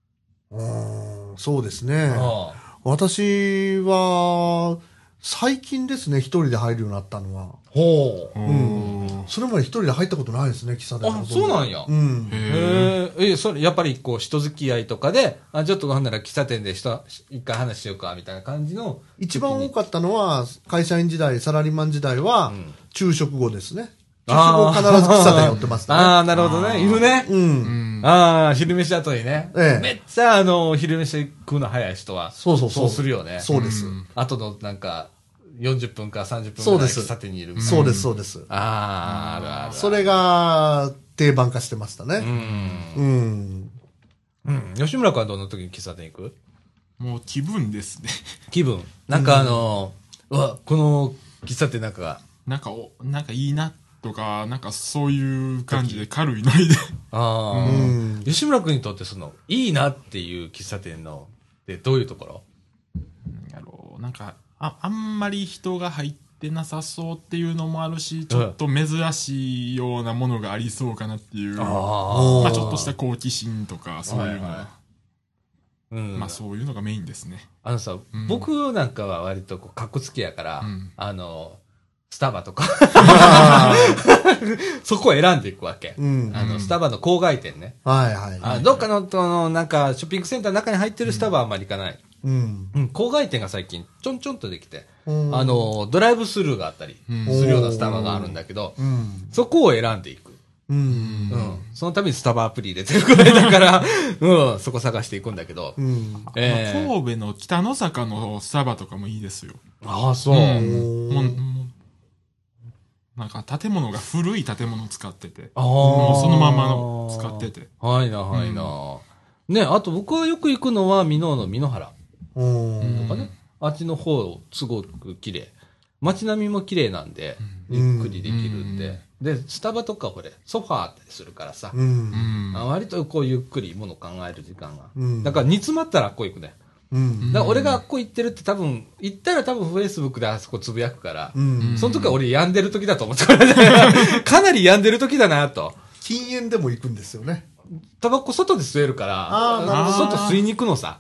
そうですね。私は、最近ですね、一人で入るようになったのは。ほう。それまで一人で入ったことないですね、喫茶店。 あ、そうなんや。それ、やっぱりこう、人付き合いとかで、ちょっとなんなら喫茶店で一回話しようか、みたいな感じの。 一番多かったのは、会社員時代、サラリーマン時代は、昼食後ですね。昼食後必ず喫茶店寄ってますね。 ああ、なるほどね。いるね。昼飯後にね。めっちゃ、昼飯食うの早い人は。そうするよね。 そうです。 後のなんか、40分か30分ぐらい喫茶店にいる。 そうです、そうです。ある。それが定番化してましたね。 吉村君はどの時に喫茶店行く？ もう気分ですね。 気分。なんかこの喫茶店なんかいいなとか、なんかそういう感じで軽いノリで。 吉村君にとっていいなっていう喫茶店の、で、どういうところ？ なんか、あんまり人が入ってなさそうっていうのもあるし、ちょっと珍しいようなものがありそうかなっていう、ちょっとした好奇心とか、そういうの。まあそういうのがメインですね。 僕なんかは割とカッコつきやから、スタバとかそこを選んでいくわけ。スタバの郊外店ね。どっかのなんかショッピングセンターの中に入ってるスタバはあんまり行かない。郊外店が最近ちょんちょんとできて、ドライブスルーがあったりするようなスタバがあるんだけど、そこを選んでいく。そのためにスタバアプリ入れてるくらいだから、そこ探していくんだけど。 神戸の北の坂のスタバとかもいいですよ。 ああ、そう。 なんか建物が古い建物を使ってて、もうそのままの使ってて。 はいな、はいな。ね、あと僕はよく行くのは、箕面の箕原。とかね。あっちの方、すごく綺麗。街並みも綺麗なんで、ゆっくりできるんで。で、スタバとかこれ、ソファーあったりするからさ。割とこうゆっくりもの考える時間が。だから煮詰まったらあっこ行くね。だから俺があっこ行ってるって行ったら多分フェイスブックであそこつぶやくから、その時は俺病んでる時だと思ってたかなり病んでる時だなと。 禁煙でも行くんですよね。 タバコ外で吸えるから、外吸いに行くのさ。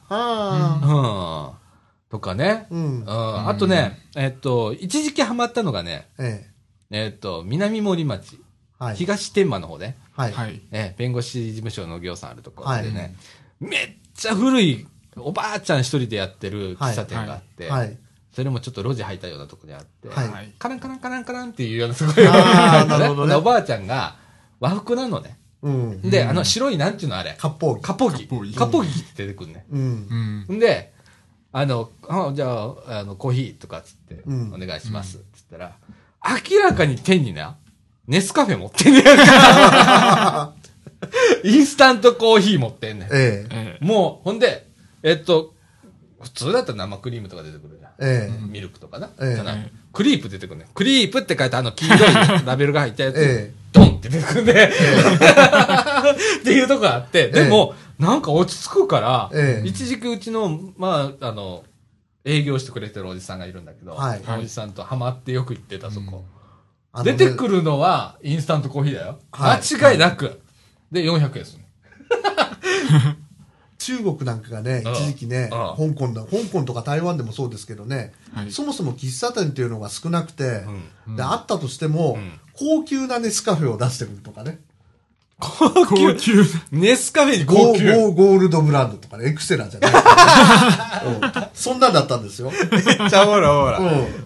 とかね。あとね、一時期ハマったのがね、南森町、東天満の方ね。 はい。 弁護士事務所の業さんあるところでね、めっちゃ古いおばあちゃん一人でやってる喫茶店があって、それもちょっと路地入ったようなとこにあって、カランカランカランカランっていうようなすごい、なるほどね。おばあちゃんが和服なのね。で、白いなんていうのあれ。 割烹着。 割烹着って出てくるね。で、じゃあ、コーヒーとかつって、お願いします。つったら、明らかに手にな、ネスカフェ持ってんねんか。インスタントコーヒー持ってんねん。もう、ほんで、普通だったら生クリームとか出てくるじゃん。ミルクとかな。クリープ出てくるね。クリープって書いた黄色いラベルが入ったやつ、ドンって出てくるね。っていうとこがあって、でも、なんか落ち着くから、一時期うちの、営業してくれてるおじさんがいるんだけど、おじさんとハマってよく行ってたそこ。出てくるのはインスタントコーヒーだよ。間違いなく。で、400円する。 中国なんかがね、一時期ね、香港とか台湾でもそうですけどね、そもそも喫茶店っていうのが少なくて、で、あったとしても、高級なネスカフェを出してくるとかね。 高級ネスカフェに高級ゴールドブランドとかね、エクセラじゃない。そんなんだったんですよ。 めっちゃほら。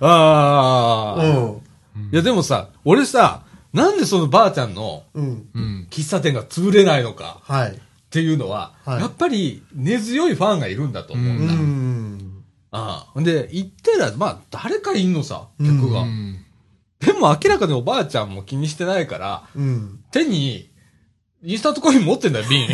いやでもさ、俺さ、なんでそのばあちゃんの喫茶店が潰れないのかっていうのは、やっぱり根強いファンがいるんだと思うんだ。で、行ったら、誰かいんのさ、客が。でも明らかにおばあちゃんも気にしてないから、手にインスタントコーヒー持ってんだよ、瓶。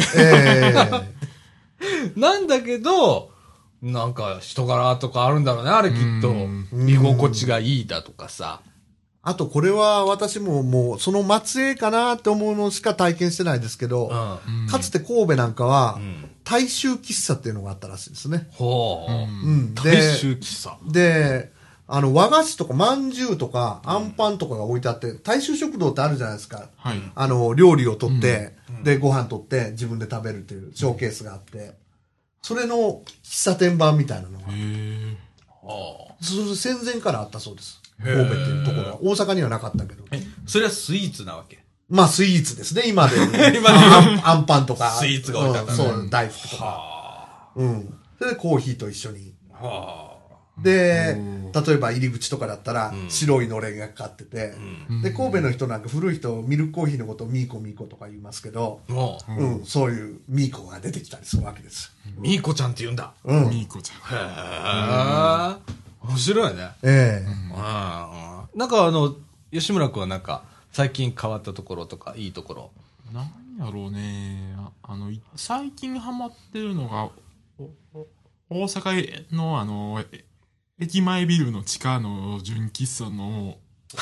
なんだけど、なんか人柄とかあるんだろうね、あれきっと。居心地がいいだとかさ。 あとこれは私ももうその末裔かなって思うのしか体験してないですけど、かつて神戸なんかは、大衆喫茶っていうのがあったらしいですね。 大衆喫茶。 で、和菓子とか饅頭とかあんパンとかが置いてあって、大衆食堂ってあるじゃないですか。料理を取って、で、ご飯取って自分で食べるっていうショーケースがあって、それの喫茶店版みたいなのが。それ戦前からあったそうです。神戸っていうところは。大阪にはなかったけど。 それはスイーツなわけ？ スイーツですね、今で。アンパンとか。 スイーツが置いてあった。 そう、大福とか。それでコーヒーと一緒に。で、例えば入り口とかだったら、白いのれんがかかってて、で、神戸の人なんか古い人、ミルクコーヒーのことをミーコとか言いますけど、そういうミーコが出てきたりするわけです。 ミーコちゃんって言うんだ。 ミーコちゃん。 面白いね。なんか吉村くんはなんか、最近変わったところとか、いいところ。 なんやろうね。最近ハマってるのが、大阪の駅前ビルの地下の純喫茶の、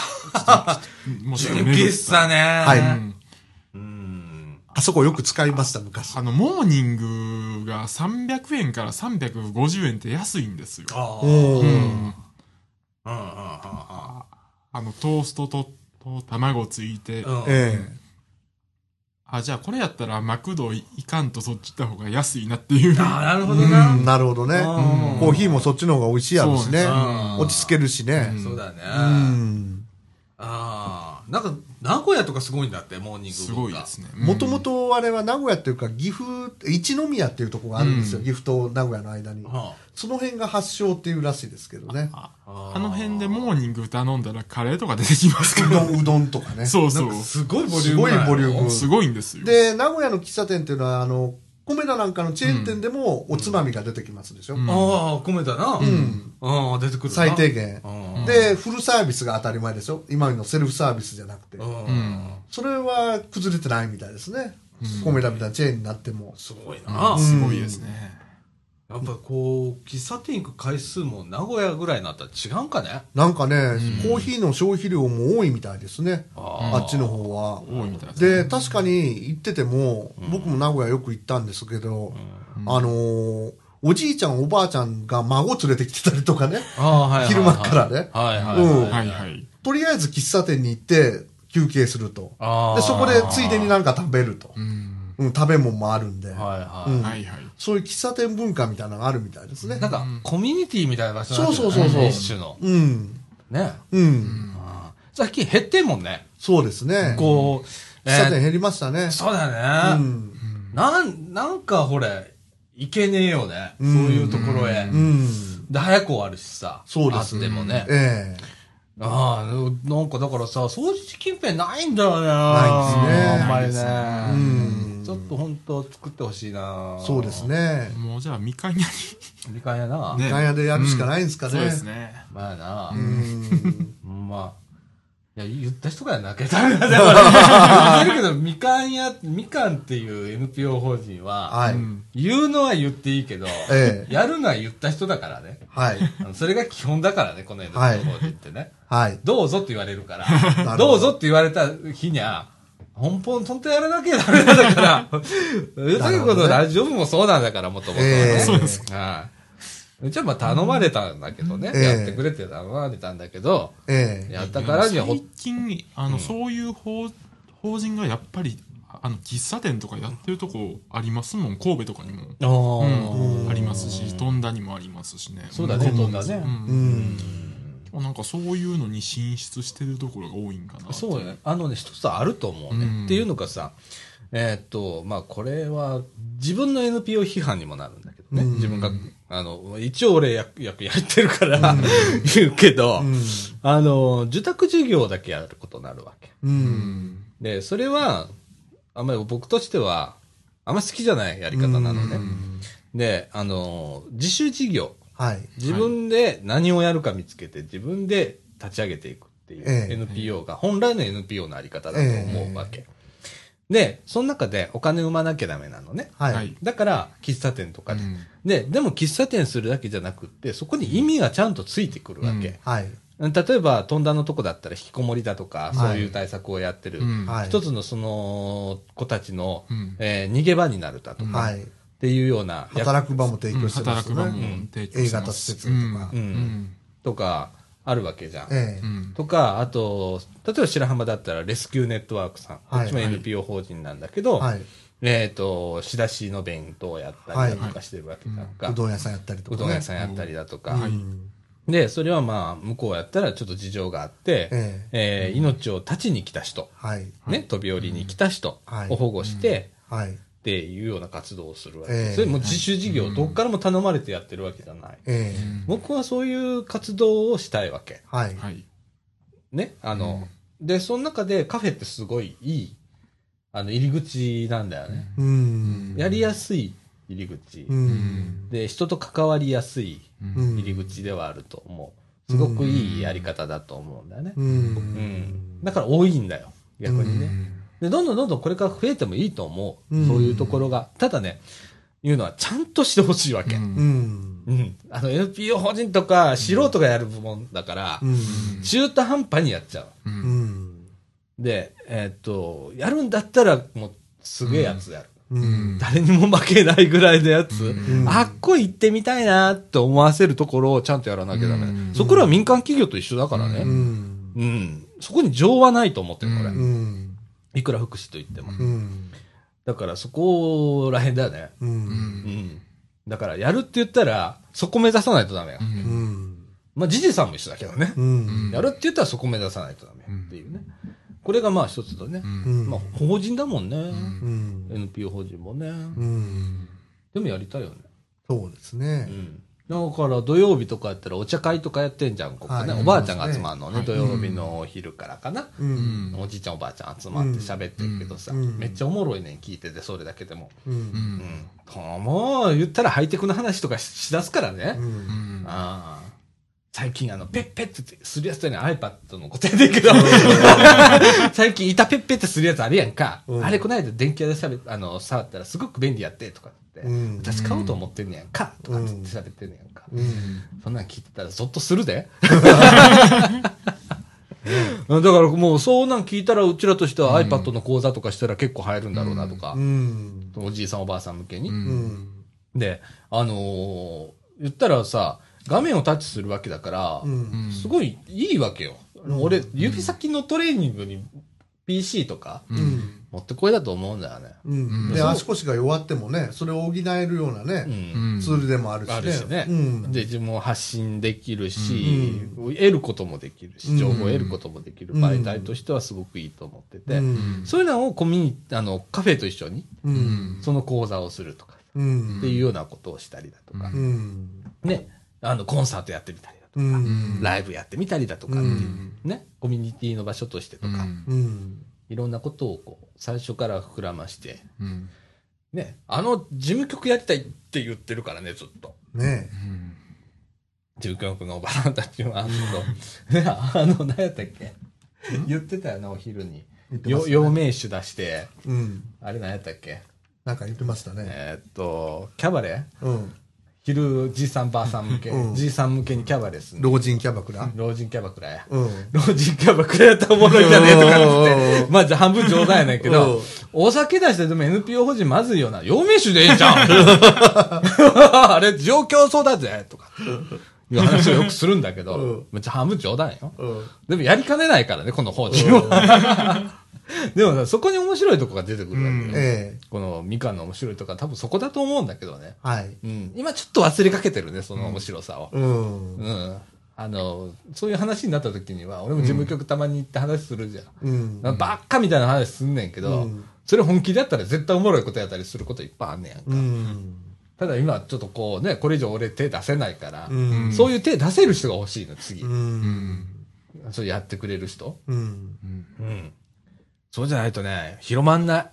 純喫茶ね。 はい。あそこよく使いました、昔。 モーニングが300円から350円って安いんですよ。トーストと卵ついて。じゃあこれやったらマクドいかんとそっち行った方が安いなっていう。 なるほどな。 なるほどね。コーヒーもそっちの方が美味しいやろしね。落ち着けるしね。 そうだね。なんか、名古屋とかすごいんだって、モーニングすごいですね。 もともとあれは名古屋っていうか、岐阜、一宮っていうところがあるんですよ。岐阜と名古屋の間に。その辺が発祥っていうらしいですけどね。 あの辺でモーニング頼んだらカレーとか出てきますから。 うどんとかね。 そうそう。 すごいボリューム。 すごいボリューム。 すごいんですよ。 で、名古屋の喫茶店っていうのは、コメダなんかのチェーン店でもおつまみが出てきますでしょ。 コメダな。出てくるな。 最低限。で、フルサービスが当たり前でしょ。今のセルフサービスじゃなくて。それは崩れてないみたいですね。コメダみたいなチェーンになっても。 すごいな。 すごいですね。 やっぱこう、喫茶店行く回数も名古屋ぐらいになったら違うんかね。 なんかね、コーヒーの消費量も多いみたいですね。あっちの方は。 多いみたいですね。で、確かに行ってても、僕も名古屋よく行ったんですけど、おじいちゃんおばあちゃんが孫連れてきてたりとかね。昼間からね。とりあえず喫茶店に行って休憩すると。で、そこでついでになんか食べると。食べ物もあるんで。そういう喫茶店文化みたいなのがあるみたいですね。 なんか、コミュニティみたいな場所なんですね。そう。 一種の。ね。最近減ってんもんね。 そうですね。 こう、 茶店減りましたね。 そうだね。なんかほれ、いけねえよね。そういうところへ。で、早く終わるしさ。 そうです。 あってもね。なんかだからさ、掃除近辺ないんだよね。 ないですね。 あんまりね。ちょっと本当作ってほしいな。 そうですね。 もうじゃあみかん屋に。 みかん屋な。 みかん屋でやるしかないんですかね。 そうですね。 まあな。まあ。いや、言った人がやなきゃダメだね。言ってるけど、みかんっていう NPO 法人は、言うのは言っていいけど、やるのは言った人だからね。それが基本だからね、この NPO 法人ってね。どうぞって言われるから、どうぞって言われた日には、本当やらなきゃダメなんだから、ということラジオ部もそうなんだから、もともとはね。 そうですか。うちはまあ頼まれたんだけどね。やってくれって頼まれたんだけど、やったからには最近、そういう法人がやっぱり、喫茶店とかやってるとこありますもん。神戸とかにも。ありますし、富田にもありますしね。 そうだね、富田ね。 なんかそういうのに進出してるところが多いんかな。 そうね。一つあると思うね。っていうのがさ、まあこれは自分の NPO 批判にもなるんだけどね。自分が、一応俺役やってるから言うけど、受託授業だけやることになるわけ。で、それは、あんまり僕としては、あんまり好きじゃないやり方なのね。で、自主事業。自分で何をやるか見つけて、自分で立ち上げていくっていう NPO が、本来の NPO のあり方だと思うわけ。で、その中でお金生まなきゃダメなのね。だから、喫茶店とかで。でも喫茶店するだけじゃなくって、そこに意味がちゃんとついてくるわけ。例えば、富田のとこだったら引きこもりだとか、そういう対策をやってる。一つのその子たちの逃げ場になるだとか。っていうような。 働く場も提供してますね。 働く場も提供してます。 A 型施設とか。 とか、あるわけじゃん。とか、あと、例えば白浜だったらレスキューネットワークさん。こっちも NPO 法人なんだけど、仕出しの弁当をやったりだとかしてるわけだとか。 うどん屋さんやったりとか。 うどん屋さんやったりだとか。で、それはまあ、向こうやったらちょっと事情があって、命を絶ちに来た人、ね、飛び降りに来た人を保護して、っていうような活動をするわけ。それも自主事業、どっからも頼まれてやってるわけじゃない。僕はそういう活動をしたいわけ。ね、で、その中でカフェってすごいいい、入り口なんだよね。やりやすい入り口。で、人と関わりやすい入り口ではあると思う。すごくいいやり方だと思うんだよね。だから多いんだよ、逆にね。で、どんどんこれから増えてもいいと思う。そういうところが。ただね、いうのはちゃんとしてほしいわけ。NPO 法人とか素人がやる部門だから、中途半端にやっちゃう。で、やるんだったらもうすげえやつやる。誰にも負けないぐらいのやつ。あっこ行ってみたいなって思わせるところをちゃんとやらなきゃダメ。そこらは民間企業と一緒だからね。そこに情はないと思ってる、これ。いくら福祉と言っても。だからそこら辺だよね。だからやるって言ったら、そこ目指さないとダメよ。まあ、ジジさんも一緒だけどね。やるって言ったらそこ目指さないとダメっていうね。これがまあ一つだね。まあ、法人だもんね。NPO 法人もね。でもやりたいよね。 そうですね。 だから土曜日とかやったらお茶会とかやってんじゃん、ここね。おばあちゃんが集まるのね、土曜日のお昼からかな。おじいちゃんおばあちゃん集まって喋ってるけどさ、めっちゃおもろいねん、聞いてて、それだけでも。もう言ったらハイテクの話とかしだすからね。最近ペッペってするやつだね、iPad のことやねんけど。最近板ペッペってするやつあるやんか。あれこないだ電気屋で触ったらすごく便利やってとかって。私買おうと思ってんねやんかとかって喋ってんねやんか。そんなん聞いてたらゾッとするで。だからもうそうなん聞いたらうちらとしては iPad の講座とかしたら結構入るんだろうなとか。おじいさんおばあさん向けに。で、言ったらさ、画面をタッチするわけだから、すごいいいわけよ。俺、指先のトレーニングに PC とか、 持ってこいだと思うんだよね。 うん。で、足腰が弱ってもね、それを補えるようなね、ツールでもあるしね。 あるしね。で、自分を発信できるし、得ることもできるし、情報を得ることもできる媒体としてはすごくいいと思ってて、そういうのをカフェと一緒に、その講座をするとか、っていうようなことをしたりだとか、ね、コンサートやってみたりだとか、ライブやってみたりだとかっていう、ね、コミュニティの場所としてとか、いろんなことをこう最初から膨らまして、ね、事務局やりたいって言ってるからね、ずっと。 ね事務局のおばさんたちは、何やったっけ言ってたよな、お昼に。陽明酒出して、あれ何やったっけなんか言ってましたね。 キャバレー昼、じいさんばあさん向け、じいさん向けにキャバレーする。 老人キャバクラ老人キャバクラや。老人キャバクラやったらおもろいじゃねえとかって。まあ、じゃあ半分冗談やねんけど、お酒出してでも NPO 法人まずいよな。陽明酒でええじゃんあれ、状況そうだぜとか。いう話をよくするんだけど、めっちゃ半分冗談よ。でもやりかねないからね、この法人は。でもさ、そこに面白いとこが出てくるわけよ。このみかんの面白いとこは多分そこだと思うんだけどね。 はい。 今ちょっと忘れかけてるね、その面白さを。そういう話になった時には、俺も事務局たまに行って話するじゃん。ばっかみたいな話すんねんけど、それ本気でやったら絶対おもろいことやったりすることいっぱいあんねやんか。ただ今ちょっとこうね、これ以上俺手出せないから、そういう手出せる人が欲しいの、次。そうやってくれる人。そうじゃないとね、広まんない。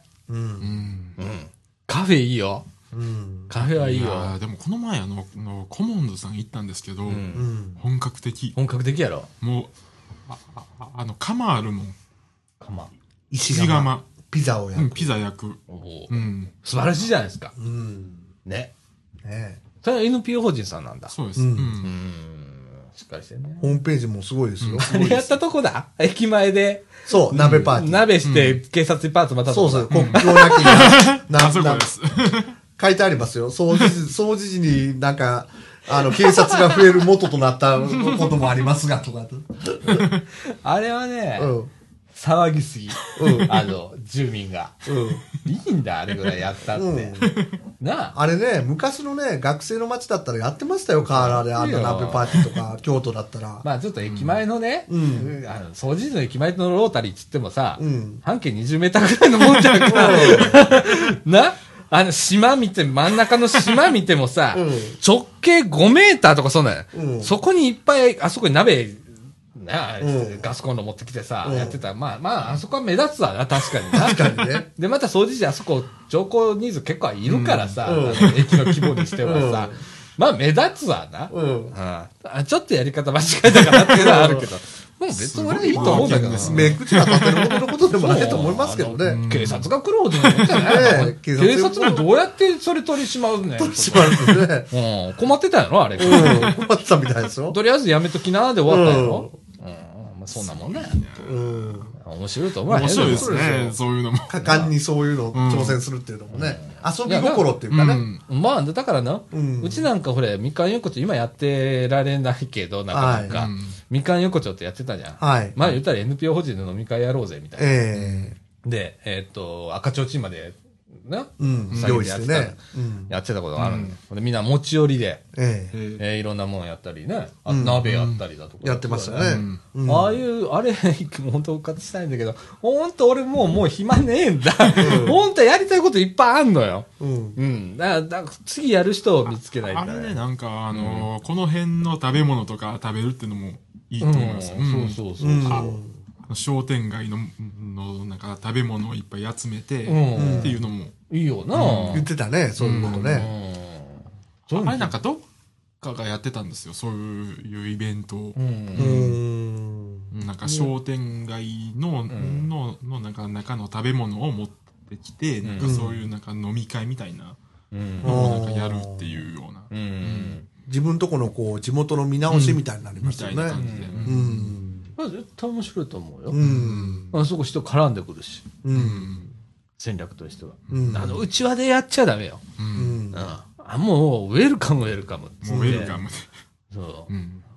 カフェいいよ。カフェはいいよ。 でもこの前コモンズさん行ったんですけど、本格的。 本格的やろ。 もう、窯あるもん。 窯。 石窯。 ピザを焼く。 ピザ焼く。 素晴らしいじゃないですか。ね。それは NPO 法人さんなんだ。 そうです。 しっかりしてね。 ホームページもすごいですよ。 あれやったとこだ駅前で。 そう、鍋パーティー。 鍋して警察にパーツまたそうそう、国境なきあそこです。 書いてありますよ。掃除時になんか、警察が増える元となったこともありますが、とか。 あれはね、騒ぎすぎ。住民が。いいんだ、あれぐらいやったって。なあれね、昔のね、学生の街だったらやってましたよ、河原で。あんな鍋パーティーとか、京都だったら。 まあちょっと駅前のね、掃除時の駅前のロータリーっつってもさ、半径20メーターぐらいのもんじゃんか。な島見て、真ん中の島見てもさ、直径5メーターとかそんなんや。そこにいっぱい、あそこに鍋、ガスコンロ持ってきてさ、やってたら、まあ、あそこは目立つわな、確かにな。 確かにね。 で、また掃除時あそこ、乗降人数結構いるからさ、駅の規模にしてはさ、まあ目立つわな。ちょっとやり方間違えたかなっていうのはあるけど。まあ別に俺はいいと思うんだけど。 目口が立てるほどのことでもないと思いますけどね。 警察が来るほどのことじゃない。警察もどうやってそれ取り締まるねん。 取り締まるね。困ってたやろあれ。 困ってたみたいですよ。 とりあえずやめときなーで終わったやろ。まあそんなもんね。面白いと思う。 面白いですね。そういうのも。 果敢にそういうのを挑戦するっていうのもね。遊び心っていうかね。 まあ、だからな、うちなんかほれ、みかん横丁今やってられないけど、なかなか。みかん横丁ってやってたじゃん。まあ言ったら NPO 法人の飲み会やろうぜ、みたいな。で、赤ちょうちんまで、な、 用意してね。 やってたことがあるんで。みんな持ち寄りで、いろんなもんやったりね、鍋やったりだとか。 やってましたね。 ああいう、あれ、本当復活したいんだけど、本当俺もう暇ねえんだ。本当やりたいこといっぱいあんのよ。だから次やる人を見つけないと。 あれね、なんか、この辺の食べ物とか食べるっていうのもいいと思います。 そう。 商店街のなんか食べ物をいっぱい集めてっていうのもいいよな。 言ってたね、そういうことね。 あれなんかどっかがやってたんですよ、そういうイベントを。なんか商店街のなんか中の食べ物を持ってきて、なんかそういうなんか飲み会みたいなのをなんかやるっていうような。 自分とこのこう地元の見直しみたいになりましたよね。みたいな感じで。 絶対面白いと思うよ。そこ人絡んでくるし。戦略としては。うちわでやっちゃダメよ。もう、ウェルカム。 もうウェルカムで。 そう。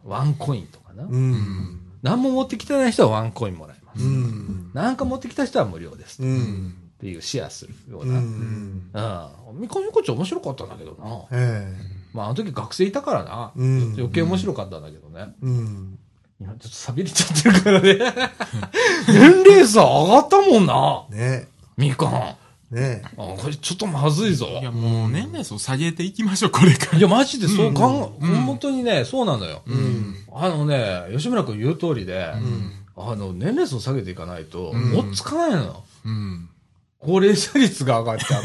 ワンコインとかな。何も持ってきてない人はワンコインもらえます。なんか持ってきた人は無料です。 っていうシェアするような。みかみこ町面白かったんだけどな。まあ、あの時学生いたからな。余計面白かったんだけどね。今ちょっと錆びれちゃってるからね。年齢差上がったもんな。 ね。 みかん。 ねこれちょっとまずいぞ。 いや、もう年齢層下げていきましょう、これから。 いや、マジでそう本当にね、そうなのよ。吉村君言う通りで、年齢層下げていかないと、追っつかないのよ。高齢者率が上がっちゃって。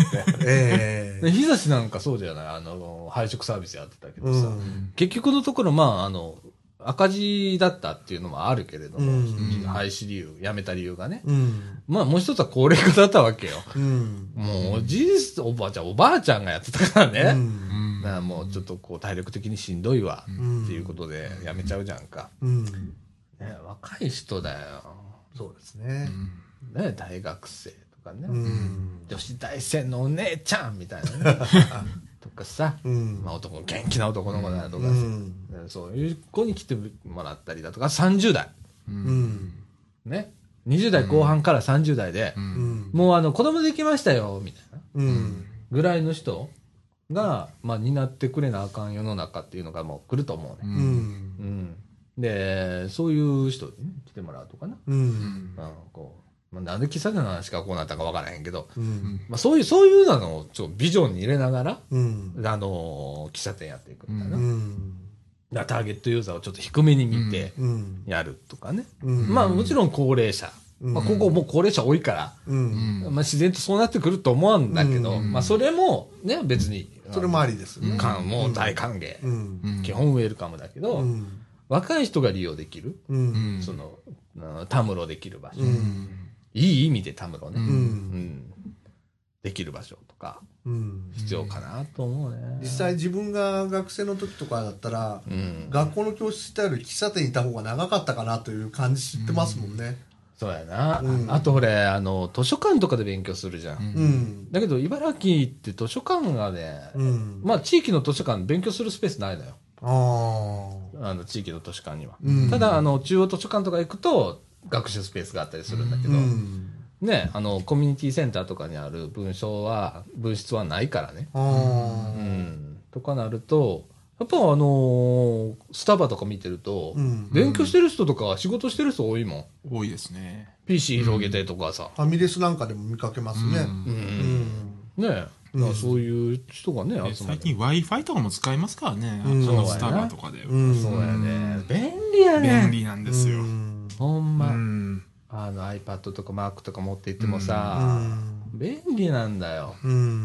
日差しなんかそうじゃない、配食サービスやってたけどさ、結局のところ、赤字だったっていうのもあるけれども、廃止理由、やめた理由がね。まあもう一つは高齢化だったわけよ。もうおばあちゃんがやってたからね。だからもうちょっとこう体力的にしんどいわっていうことでやめちゃうじゃんか。若い人だよ。 そうですね。 ね、大学生とかね。女子大生のお姉ちゃんみたいなね。とかさ、元気な男の子だとかさ、そういう子に来てもらったりだとか、30代。ね。20代後半から30代で、もう子供できましたよ、みたいな。ぐらいの人が、担ってくれなあかん世の中っていうのがもう来ると思うね。で、そういう人に来てもらうとかな。なんで喫茶店の話がこうなったかわからへんけど、そういうのをちょっとビジョンに入れながら、喫茶店やっていくみたいな。ターゲットユーザーをちょっと低めに見てやるとかね。もちろん高齢者。ここもう高齢者多いから、自然とそうなってくると思うんだけど、それもね、別に。 それもありですね。 もう大歓迎。基本ウェルカムだけど、若い人が利用できる、たむろできる場所。いい意味でたむろね。できる場所とか、必要かなと思うね。 実際自分が学生の時とかだったら、学校の教室したより喫茶店にいた方が長かったかなという感じ知ってますもんね。 そうやな。あと俺、図書館とかで勉強するじゃん。だけど、茨城って図書館がね、地域の図書館勉強するスペースないのよ。地域の図書館には。ただ、中央図書館とか行くと、学習スペースがあったりするんだけど、ね、コミュニティセンターとかにある分室はないからね。とかなると、やっぱスタバとか見てると、勉強してる人とか仕事してる人多いもん。 多いですね。 PC 広げてとかさ。 ファミレスなんかでも見かけますね。 ねそういう人がね、 最近 Wi-Fi とかも使いますからね。スタバとかで。 そうやね。便利やね。 便利なんですよ。 ほんま。iPad とか Mac とか持って行ってもさ、便利なんだよ。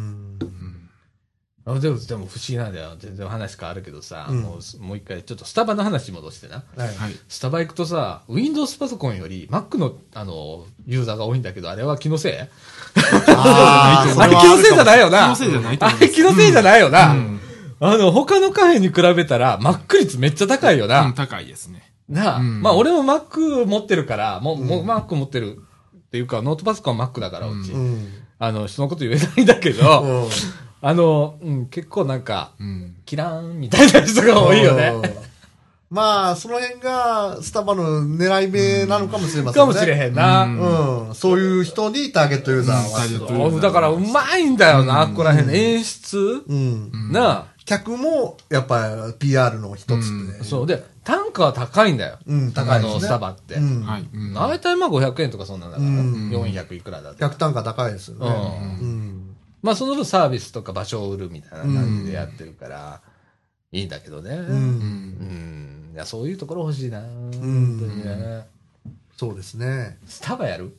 でも不思議なんだよ。全然話変わるけどさ、もう一回ちょっとスタバの話戻してな。スタバ行くとさ、Windows パソコンより Mac のユーザーが多いんだけど、あれは気のせい？あれ気のせいじゃないよな。 気のせいじゃないあれ気のせいじゃないよな。他のカフェに比べたら Mac 率めっちゃ高いよな。 高いですね。 なあ、俺も Mac 持ってるから、もう Mac 持ってるっていうか、ノートパソコンは Mac だから、うち。人のこと言えないんだけど、結構なんか、キラーンみたいな人が多いよね。 その辺がスタバの狙い目なのかもしれませんね。 かもしれへんな。 そういう人にターゲットユーザーは。 だからうまいんだよな、ここら辺の演出。なあ。 客も、やっぱり PR の一つで。 そう。で、単価は高いんだよ。 高いですね。 スタバって。大体500円とかそんなんだから。400いくらだと。 客単価高いですよね。 その分サービスとか場所を売るみたいな感じでやってるから、いいんだけどね。いや、そういうところ欲しいな。本当にね。 そうですね。 スタバやる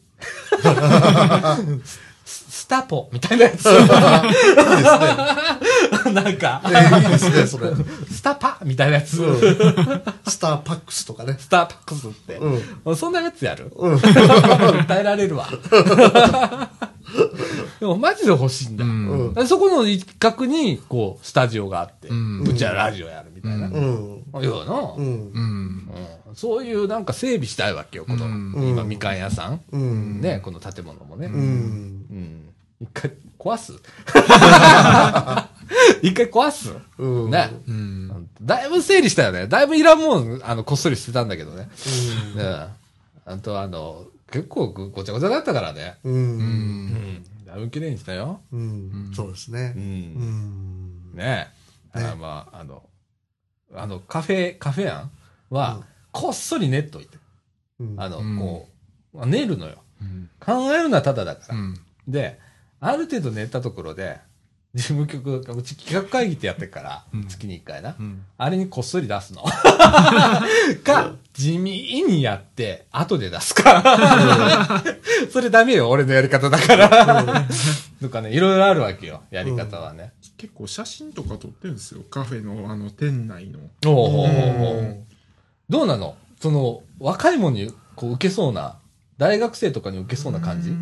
スタポみたいなやつ。いいですね。なんか。 いいですね、それ。 スタパみたいなやつ。 スターパックスとかね。 スターパックスって。そんなやつやる耐えられるわ。でもマジで欲しいんだ。そこの一角に、こう、スタジオがあって、うちはラジオやるみたいな。要な。そういうなんか整備したいわけよ、この、今、みかん屋さん。ね、この建物もね。一回壊す一回壊すね。だいぶ整理したよね。だいぶいらんもん、こっそり捨てたんだけどね。あと結構ごちゃごちゃだったからね。 だいぶ綺麗にしたよ。 そうですね。 ねえ。まあ、カフェやんは、こっそり練っといて。こう、練るのよ。考えるのはただだから。で、ある程度練ったところで、事務局、うち企画会議ってやってるから、月に1回な。あれにこっそり出すの。か、地味にやって、後で出すか。それダメよ、俺のやり方だから。とかね、いろいろあるわけよ、やり方はね。 結構写真とか撮ってるんですよ、カフェの店内の。 どうなの若いもんにこう受けそうな、大学生とかに受けそうな感じ？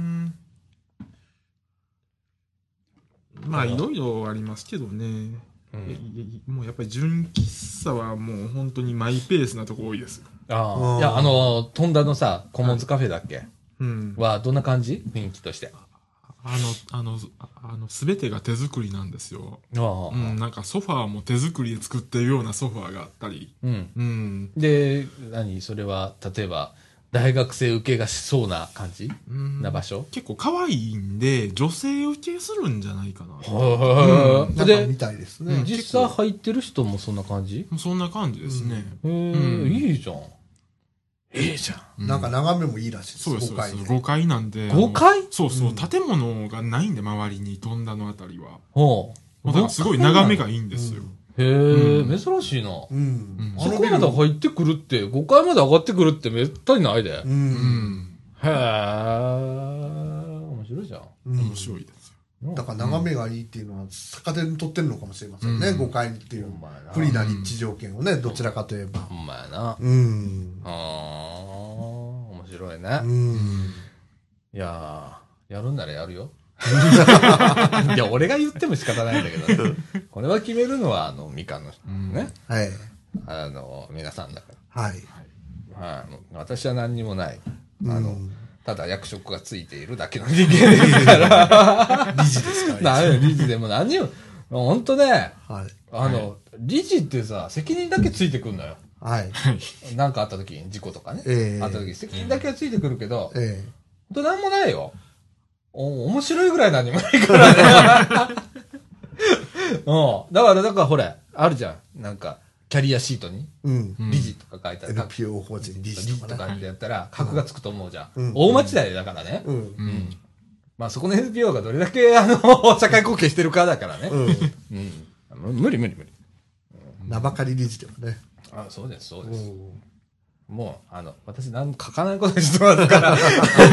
まあ、いろいろありますけどね。もうやっぱり純喫茶はもう本当にマイペースなとこ多いですよ。 いや、富田のさ、コモンズカフェだっけは、どんな感じ？雰囲気として。 すべてが手作りなんですよ。なんかソファーも手作りで作ってるようなソファーがあったり。 で、それは、例えば、大学生受けがしそうな感じな場所？ 結構可愛いんで、女性受けするんじゃないかな。 で、みたいですね。 実際入ってる人もそんな感じ？ そんな感じですね。 いいじゃん。いいじゃん。なんか眺めもいいらしいです。 そうです。5階なんで。 5階？ そうそう。建物がないんで、周りに富田のあたりは。だからすごい眺めがいいんですよ。 へえ、珍しいな。そこまで入ってくるって、5階まで上がってくるってめったにないで。へえ、面白いじゃん。 面白いですよ。だから眺めがいいっていうのは逆手に取ってるのかもしれませんね。5階っていう不利な立地条件をね、どちらかといえば。 ほんまやな。面白いね。いやー、やるんならやるよ。いや、俺が言っても仕方ないんだけどね。これは決めるのは、ミカのね。 はい。 皆さんだから。 はい。 私は何にもない。ただ役職がついているだけの人間ですから。 理事ですから。 理事でも何にも、ほんとね、理事ってさ、責任だけついてくんのよ。 はい。 なんかあった時に、事故とかね。あった時、責任だけはついてくるけど、ほんと何もないよ。面白いぐらい何もないからね。だからほれ、あるじゃん。なんか、キャリアシートに、理事とか書いてある。 NPO 法人理事とかってやったら、格がつくと思うじゃん。大間違いだからね。まあそこの NPO がどれだけ、社会貢献してるかだからね。無理。 名ばかり理事でもね。 そうです。もう、私何も書かないことにしてますから。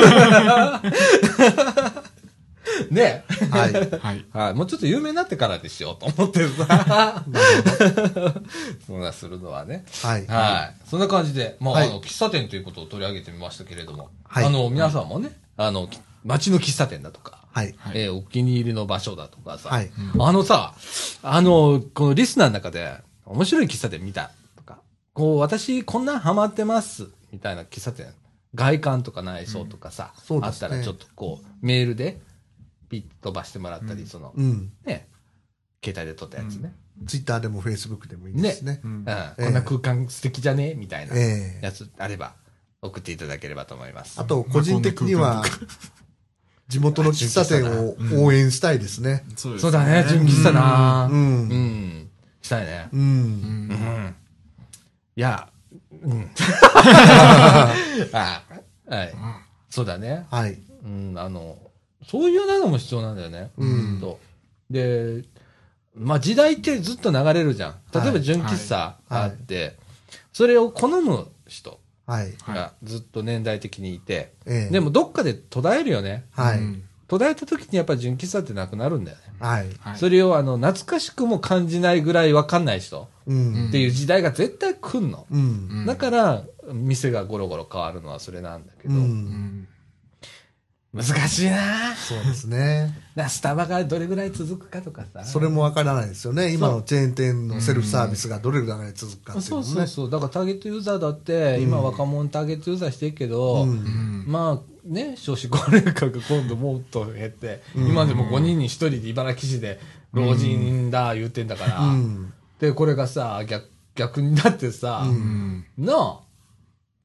ね。はい。もうちょっと有名になってからでしようと思ってさ。そんなするのはね。はい。そんな感じで、まあ、喫茶店ということを取り上げてみましたけれども、皆さんもね、街の喫茶店だとか、お気に入りの場所だとかさ、このリスナーの中で、面白い喫茶店見た。私、こんなんハマってます、みたいな喫茶店、外観とか内装とかさ、あったらちょっとメールで、ピッと飛ばしてもらったり、ね、携帯で撮ったやつね。 ツイッターでもフェイスブックでもいいですね。 こんな空間素敵じゃねみたいなやつあれば、送っていただければと思います。 あと、個人的には、地元の喫茶店を応援したいですね。 そうだね、純喫茶なしたいね。いや、はい。そうだね。 はい。 そういうのも必要なんだよね。で、まあ時代ってずっと流れるじゃん。例えば純喫茶あって、それを好む人がずっと年代的にいて、でもどっかで途絶えるよね。途絶えた時にやっぱり純喫茶ってなくなるんだよね。それを懐かしくも感じないぐらいわかんない人っていう時代が絶対来んの。だから店がゴロゴロ変わるのはそれなんだけど、難しいな。 そうですね。 スタバがどれぐらい続くかとかさ。 それもわからないですよね。今のチェーン店のセルフサービスがどれぐらい続くかっていうのね。 そう。だからターゲットユーザーだって、今若者ターゲットユーザーしてるけど、まあね、少子高齢化が今度もっと減って、今でも5人に1人で茨城市で老人だ言うてんだから、で、これがさ、逆になってさ、なあ、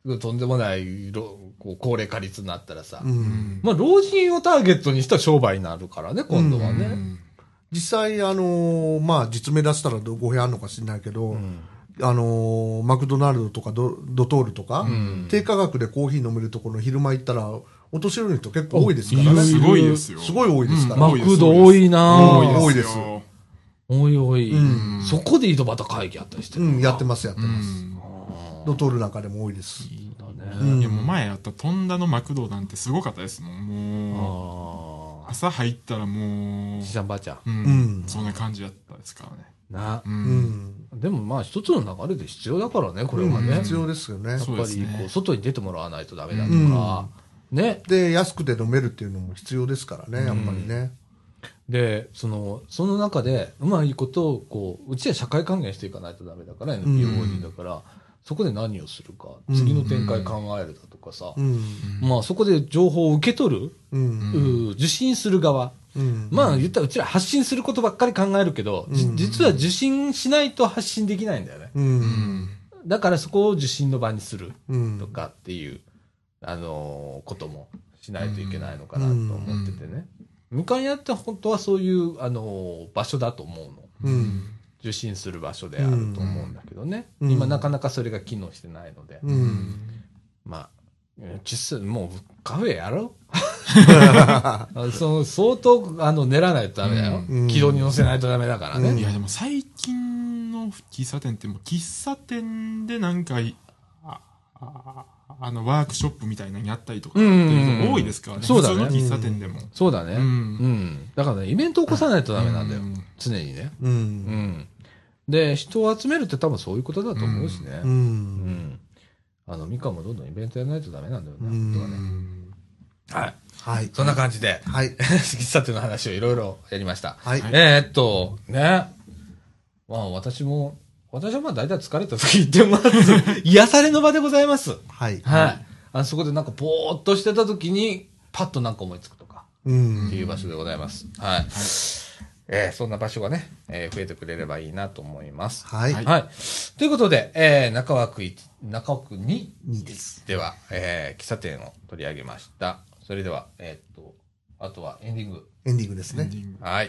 とんでもない高齢化率になったらさ、まあ老人をターゲットにした商売になるからね、今度はね。 実際、まあ、実名出したら語弊あるのか知んないけど、マクドナルドとかドトールとか、低価格でコーヒー飲めるところの昼間行ったら、お年寄りの人結構多いですからね。 すごいですよ。 すごい多いですから。 マクド多いなぁ。 多いです。 おいおい。そこで井戸端会議やったりしてる。 やってます、やってます。ドトールなんかでも多いです。 いや、もう前やったトンダのマクドなんてすごかったですもん。もう、朝入ったらもう、 じいちゃんばあちゃん。 そんな感じだったですからね。 でもまあ一つの流れで必要だからね、これはね。 必要ですよね。やっぱり外に出てもらわないとダメだとか。ね。 で、安くて飲めるっていうのも必要ですからね、やっぱりね。 で、その中で、うまいことを、うちは社会還元していかないとダメだから、NPO 法人だから、そこで何をするか、次の展開考えるだとかさ、まあそこで情報を受け取る、受信する側、まあ言ったらうちら発信することばっかり考えるけど、実は受信しないと発信できないんだよね。だからそこを受信の場にするとかっていう、こともしないといけないのかなと思っててね。向かい合って本当はそういう、場所だと思うの。受信する場所であると思うんだけどね。今なかなかそれが機能してないので。まあ、実際もうカフェやろう相当、練らないとダメだよ。軌道に乗せないとダメだからね。 いや、でも最近の喫茶店ってもう喫茶店でなんか、ワークショップみたいなのやったりとかっていうの多いですからね。 そうだね。 普通の喫茶店でも。 そうだね。だからね、イベントを起こさないとダメなんだよ。常にね。で、人を集めるって多分そういうことだと思うしね。ミカもどんどんイベントやらないとダメなんだよね。本当はね。はい。そんな感じで、喫茶店の話をいろいろやりました。ね。まあ私はまあ大体疲れた時言ってます。癒されの場でございます。そこでなんかぼーっとしてた時に、パッとなんか思いつくとか、っていう場所でございます。そんな場所がね、増えてくれればいいなと思います。ということで、中枠2です。では、喫茶店を取り上げました。それでは、あとはエンディング。 エンディングですね。 はい。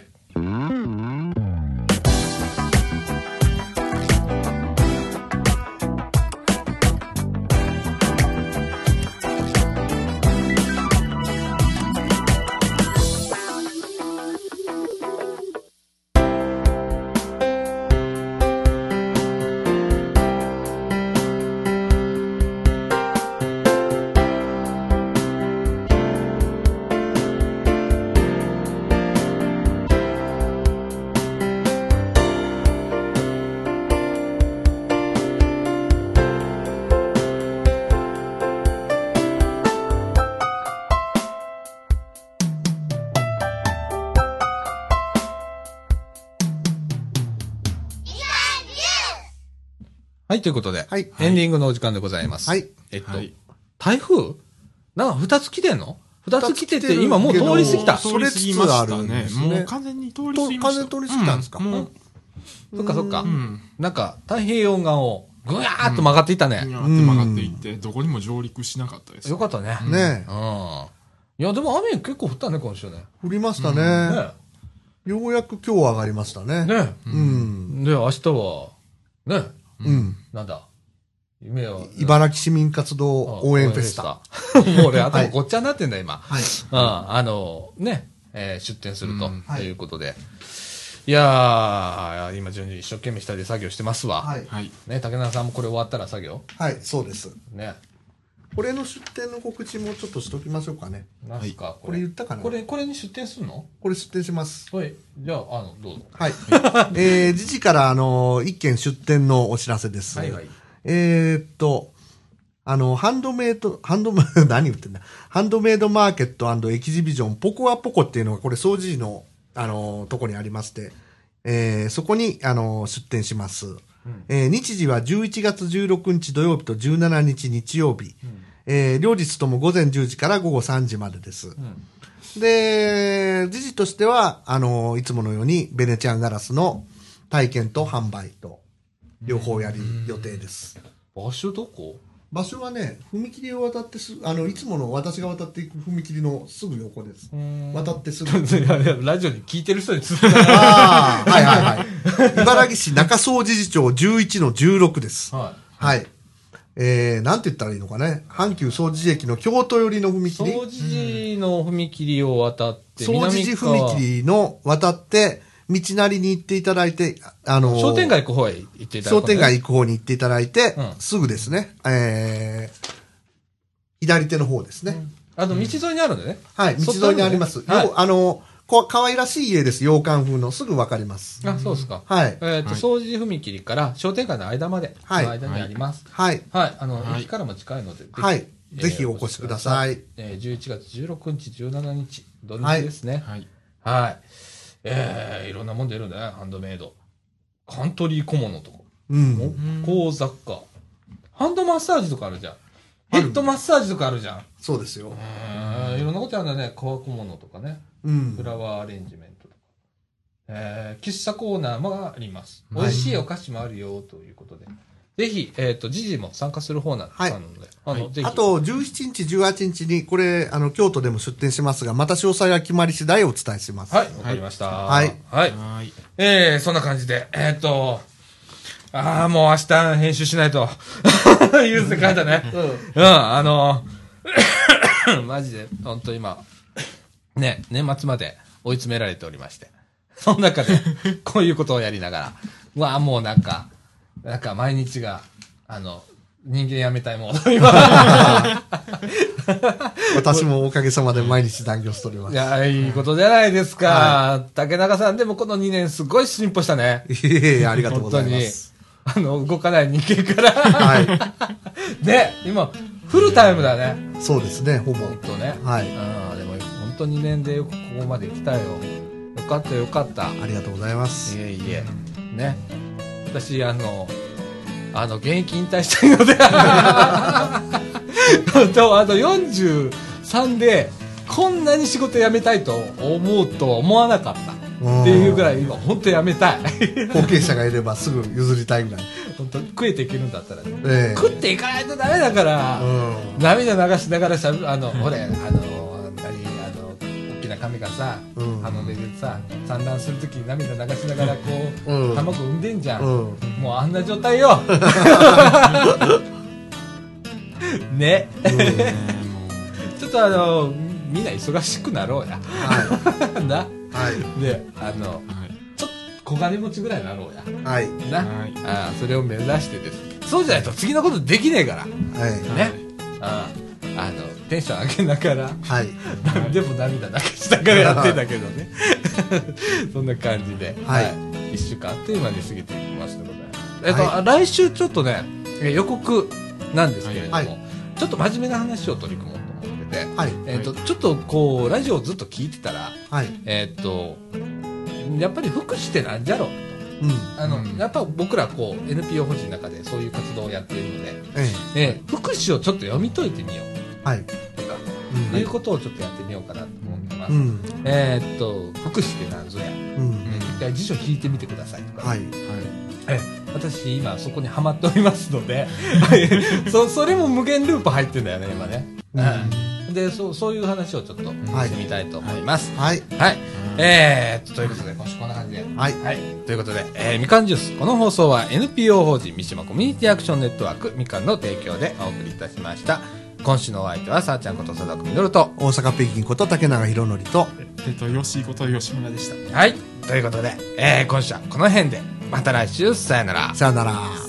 はい、ということで、エンディングのお時間でございます。台風なんか2つ来てんの ?2 つ来てて、今もう通り過ぎた。 それつつあるね。 もう完全に通り過ぎました。 完全に通り過ぎたんですか？ そっかそっか。なんか、太平洋岸をぐやーっと曲がっていったね。 ぐやーって曲がっていって、どこにも上陸しなかったです。 よかったね。 ねいや、でも雨結構降ったね、今週ね。 降りましたね。ようやく今日上がりましたね。 で、明日は、なんだ。夢を。 茨城市民活動応援フェスタ。 もう俺、頭ごっちゃになってんだ、今。出店するということで。いやー、今、順次一生懸命下で作業してますわ。ね、竹中さんもこれ終わったら作業？ はい、そうです。 ね。 これの出店の告知もちょっとしときましょうかね。 何すかこれ言ったかな？ これに出店するの？これ出店します。 はい。じゃあ、どうぞ。 はい。時事から一件出店のお知らせです。 はいはい。 ハンドメイド、何言ってんだ。ハンドメイドマーケット&エキシビジョン、ポコアポコっていうのが、これ、掃除の、とこにありまして、そこに、出店します。日時は11月16日土曜日と17日日曜日。両日とも午前10時から午後3時までです。で、時事としては、いつものように、ベネチアンガラスの体験と販売と、両方やる予定です。 場所どこ？ 場所はね、踏切を渡っていつもの私が渡っていく踏切のすぐ横です。渡ってすぐ。 ラジオに聞いてる人に続く。ああ、はいはいはい。茨城市中総持寺町11-16です。はい。はい。なんて言ったらいいのかね。阪急総持寺駅の京都寄りの踏切。 総持寺の踏切を渡って、 総持寺踏切の渡って、道なりに行っていただいて、 商店街行く方へ行っていただいて、 商店街行く方に行っていただいて、すぐですね、左手の方ですね。 道沿いにあるんでね。 はい、道沿いにあります。可愛らしい家です。洋館風の。すぐわかります。 あ、そうですか。 はい。 総持踏切から商店街の間まで、はい。間にあります。 はい。 はい。駅からも近いので、 はい。ぜひお越しください。 11月16日、17日、土日ですね。はい。はい。いろんなもん出るんだね、ハンドメイド。カントリー小物とか。木工雑貨。ハンドマッサージとかあるじゃん。ヘッドマッサージとかあるじゃん。 そうですよ。 いろんなことあるんだね。革小物とかね。フラワーアレンジメントとか。喫茶コーナーもあります。美味しいお菓子もあるよ、ということで。ぜひ、ジジも参加する方なので。 あと、17日、18日に、これ、京都でも出店しますが、また詳細が決まり次第お伝えします。 はい、わかりました。 はい。 はい。そんな感じで、もう明日編集しないと。いう世界だね。マジで、ほんと今、ね、年末まで追い詰められておりまして。その中で、こういうことをやりながら、もうなんか毎日が、人間やめたいもん。 私もおかげさまで毎日残業しております。 いや、いいことじゃないですか。竹中さん、でもこの2年すごい進歩したね。 ありがとうございます。 動かない人間から。はい。で、今、フルタイムだね。 そうですね、ほぼ。 ほんとね。 はい。 でも、本当2年でよくここまで来たよ。よかったよかった。 ありがとうございます。 いえいえ。ね。私、現役引退したいので、43で、こんなに仕事辞めたいと思わなかった。っていうぐらい今本当やめたい。 後継者がいればすぐ譲りたいぐらい。 本当食えていけるんだったらね。食っていかないとダメだから。涙流しながらほれ、大きな亀がさ、でさ、産卵するときに涙流しながらこう、卵産んでんじゃん。もうあんな状態よ。ね。ちょっとみんな忙しくなろうや。な。はい。で、ちょっと小金持ちぐらいになろうや。はい。な。それを目指してです。そうじゃないと次のことできねえから。はい。ね。テンション上げながら。はい。でも涙流しながらやってんだけどね。そんな感じで。はい。1週間あっという間に過ぎていきますので。来週ちょっとね、予告なんですけれども、ちょっと真面目な話を取り組もう。はい、ちょっとこうラジオをずっと聞いてたら、はい、やっぱり福祉ってなんじゃろうと、やっぱ僕らこう NPO 法人の中でそういう活動をやっているので、福祉をちょっと読み解いてみよう、はい、とか、いうことをちょっとやってみようかなと思ってます。福祉ってなんぞや、一回辞書引いてみてくださいとか、はい、私今そこにハマっておりますのでそれも無限ループ入ってんだよね今ね。でそういう話をちょっとしてみたいと思います。はい。はい。ということで、今週こんな感じで。はい。はい。ということで、みかんジュース。この放送は NPO 法人三島コミュニティアクションネットワークみかんの提供でお送りいたしました。今週のお相手は、さあちゃんこと佐々木みのると、 大阪ペンギンこと竹永宏典と、 吉井こと吉村でした。 はい。ということで、今週はこの辺で、また来週、さよなら。 さよなら。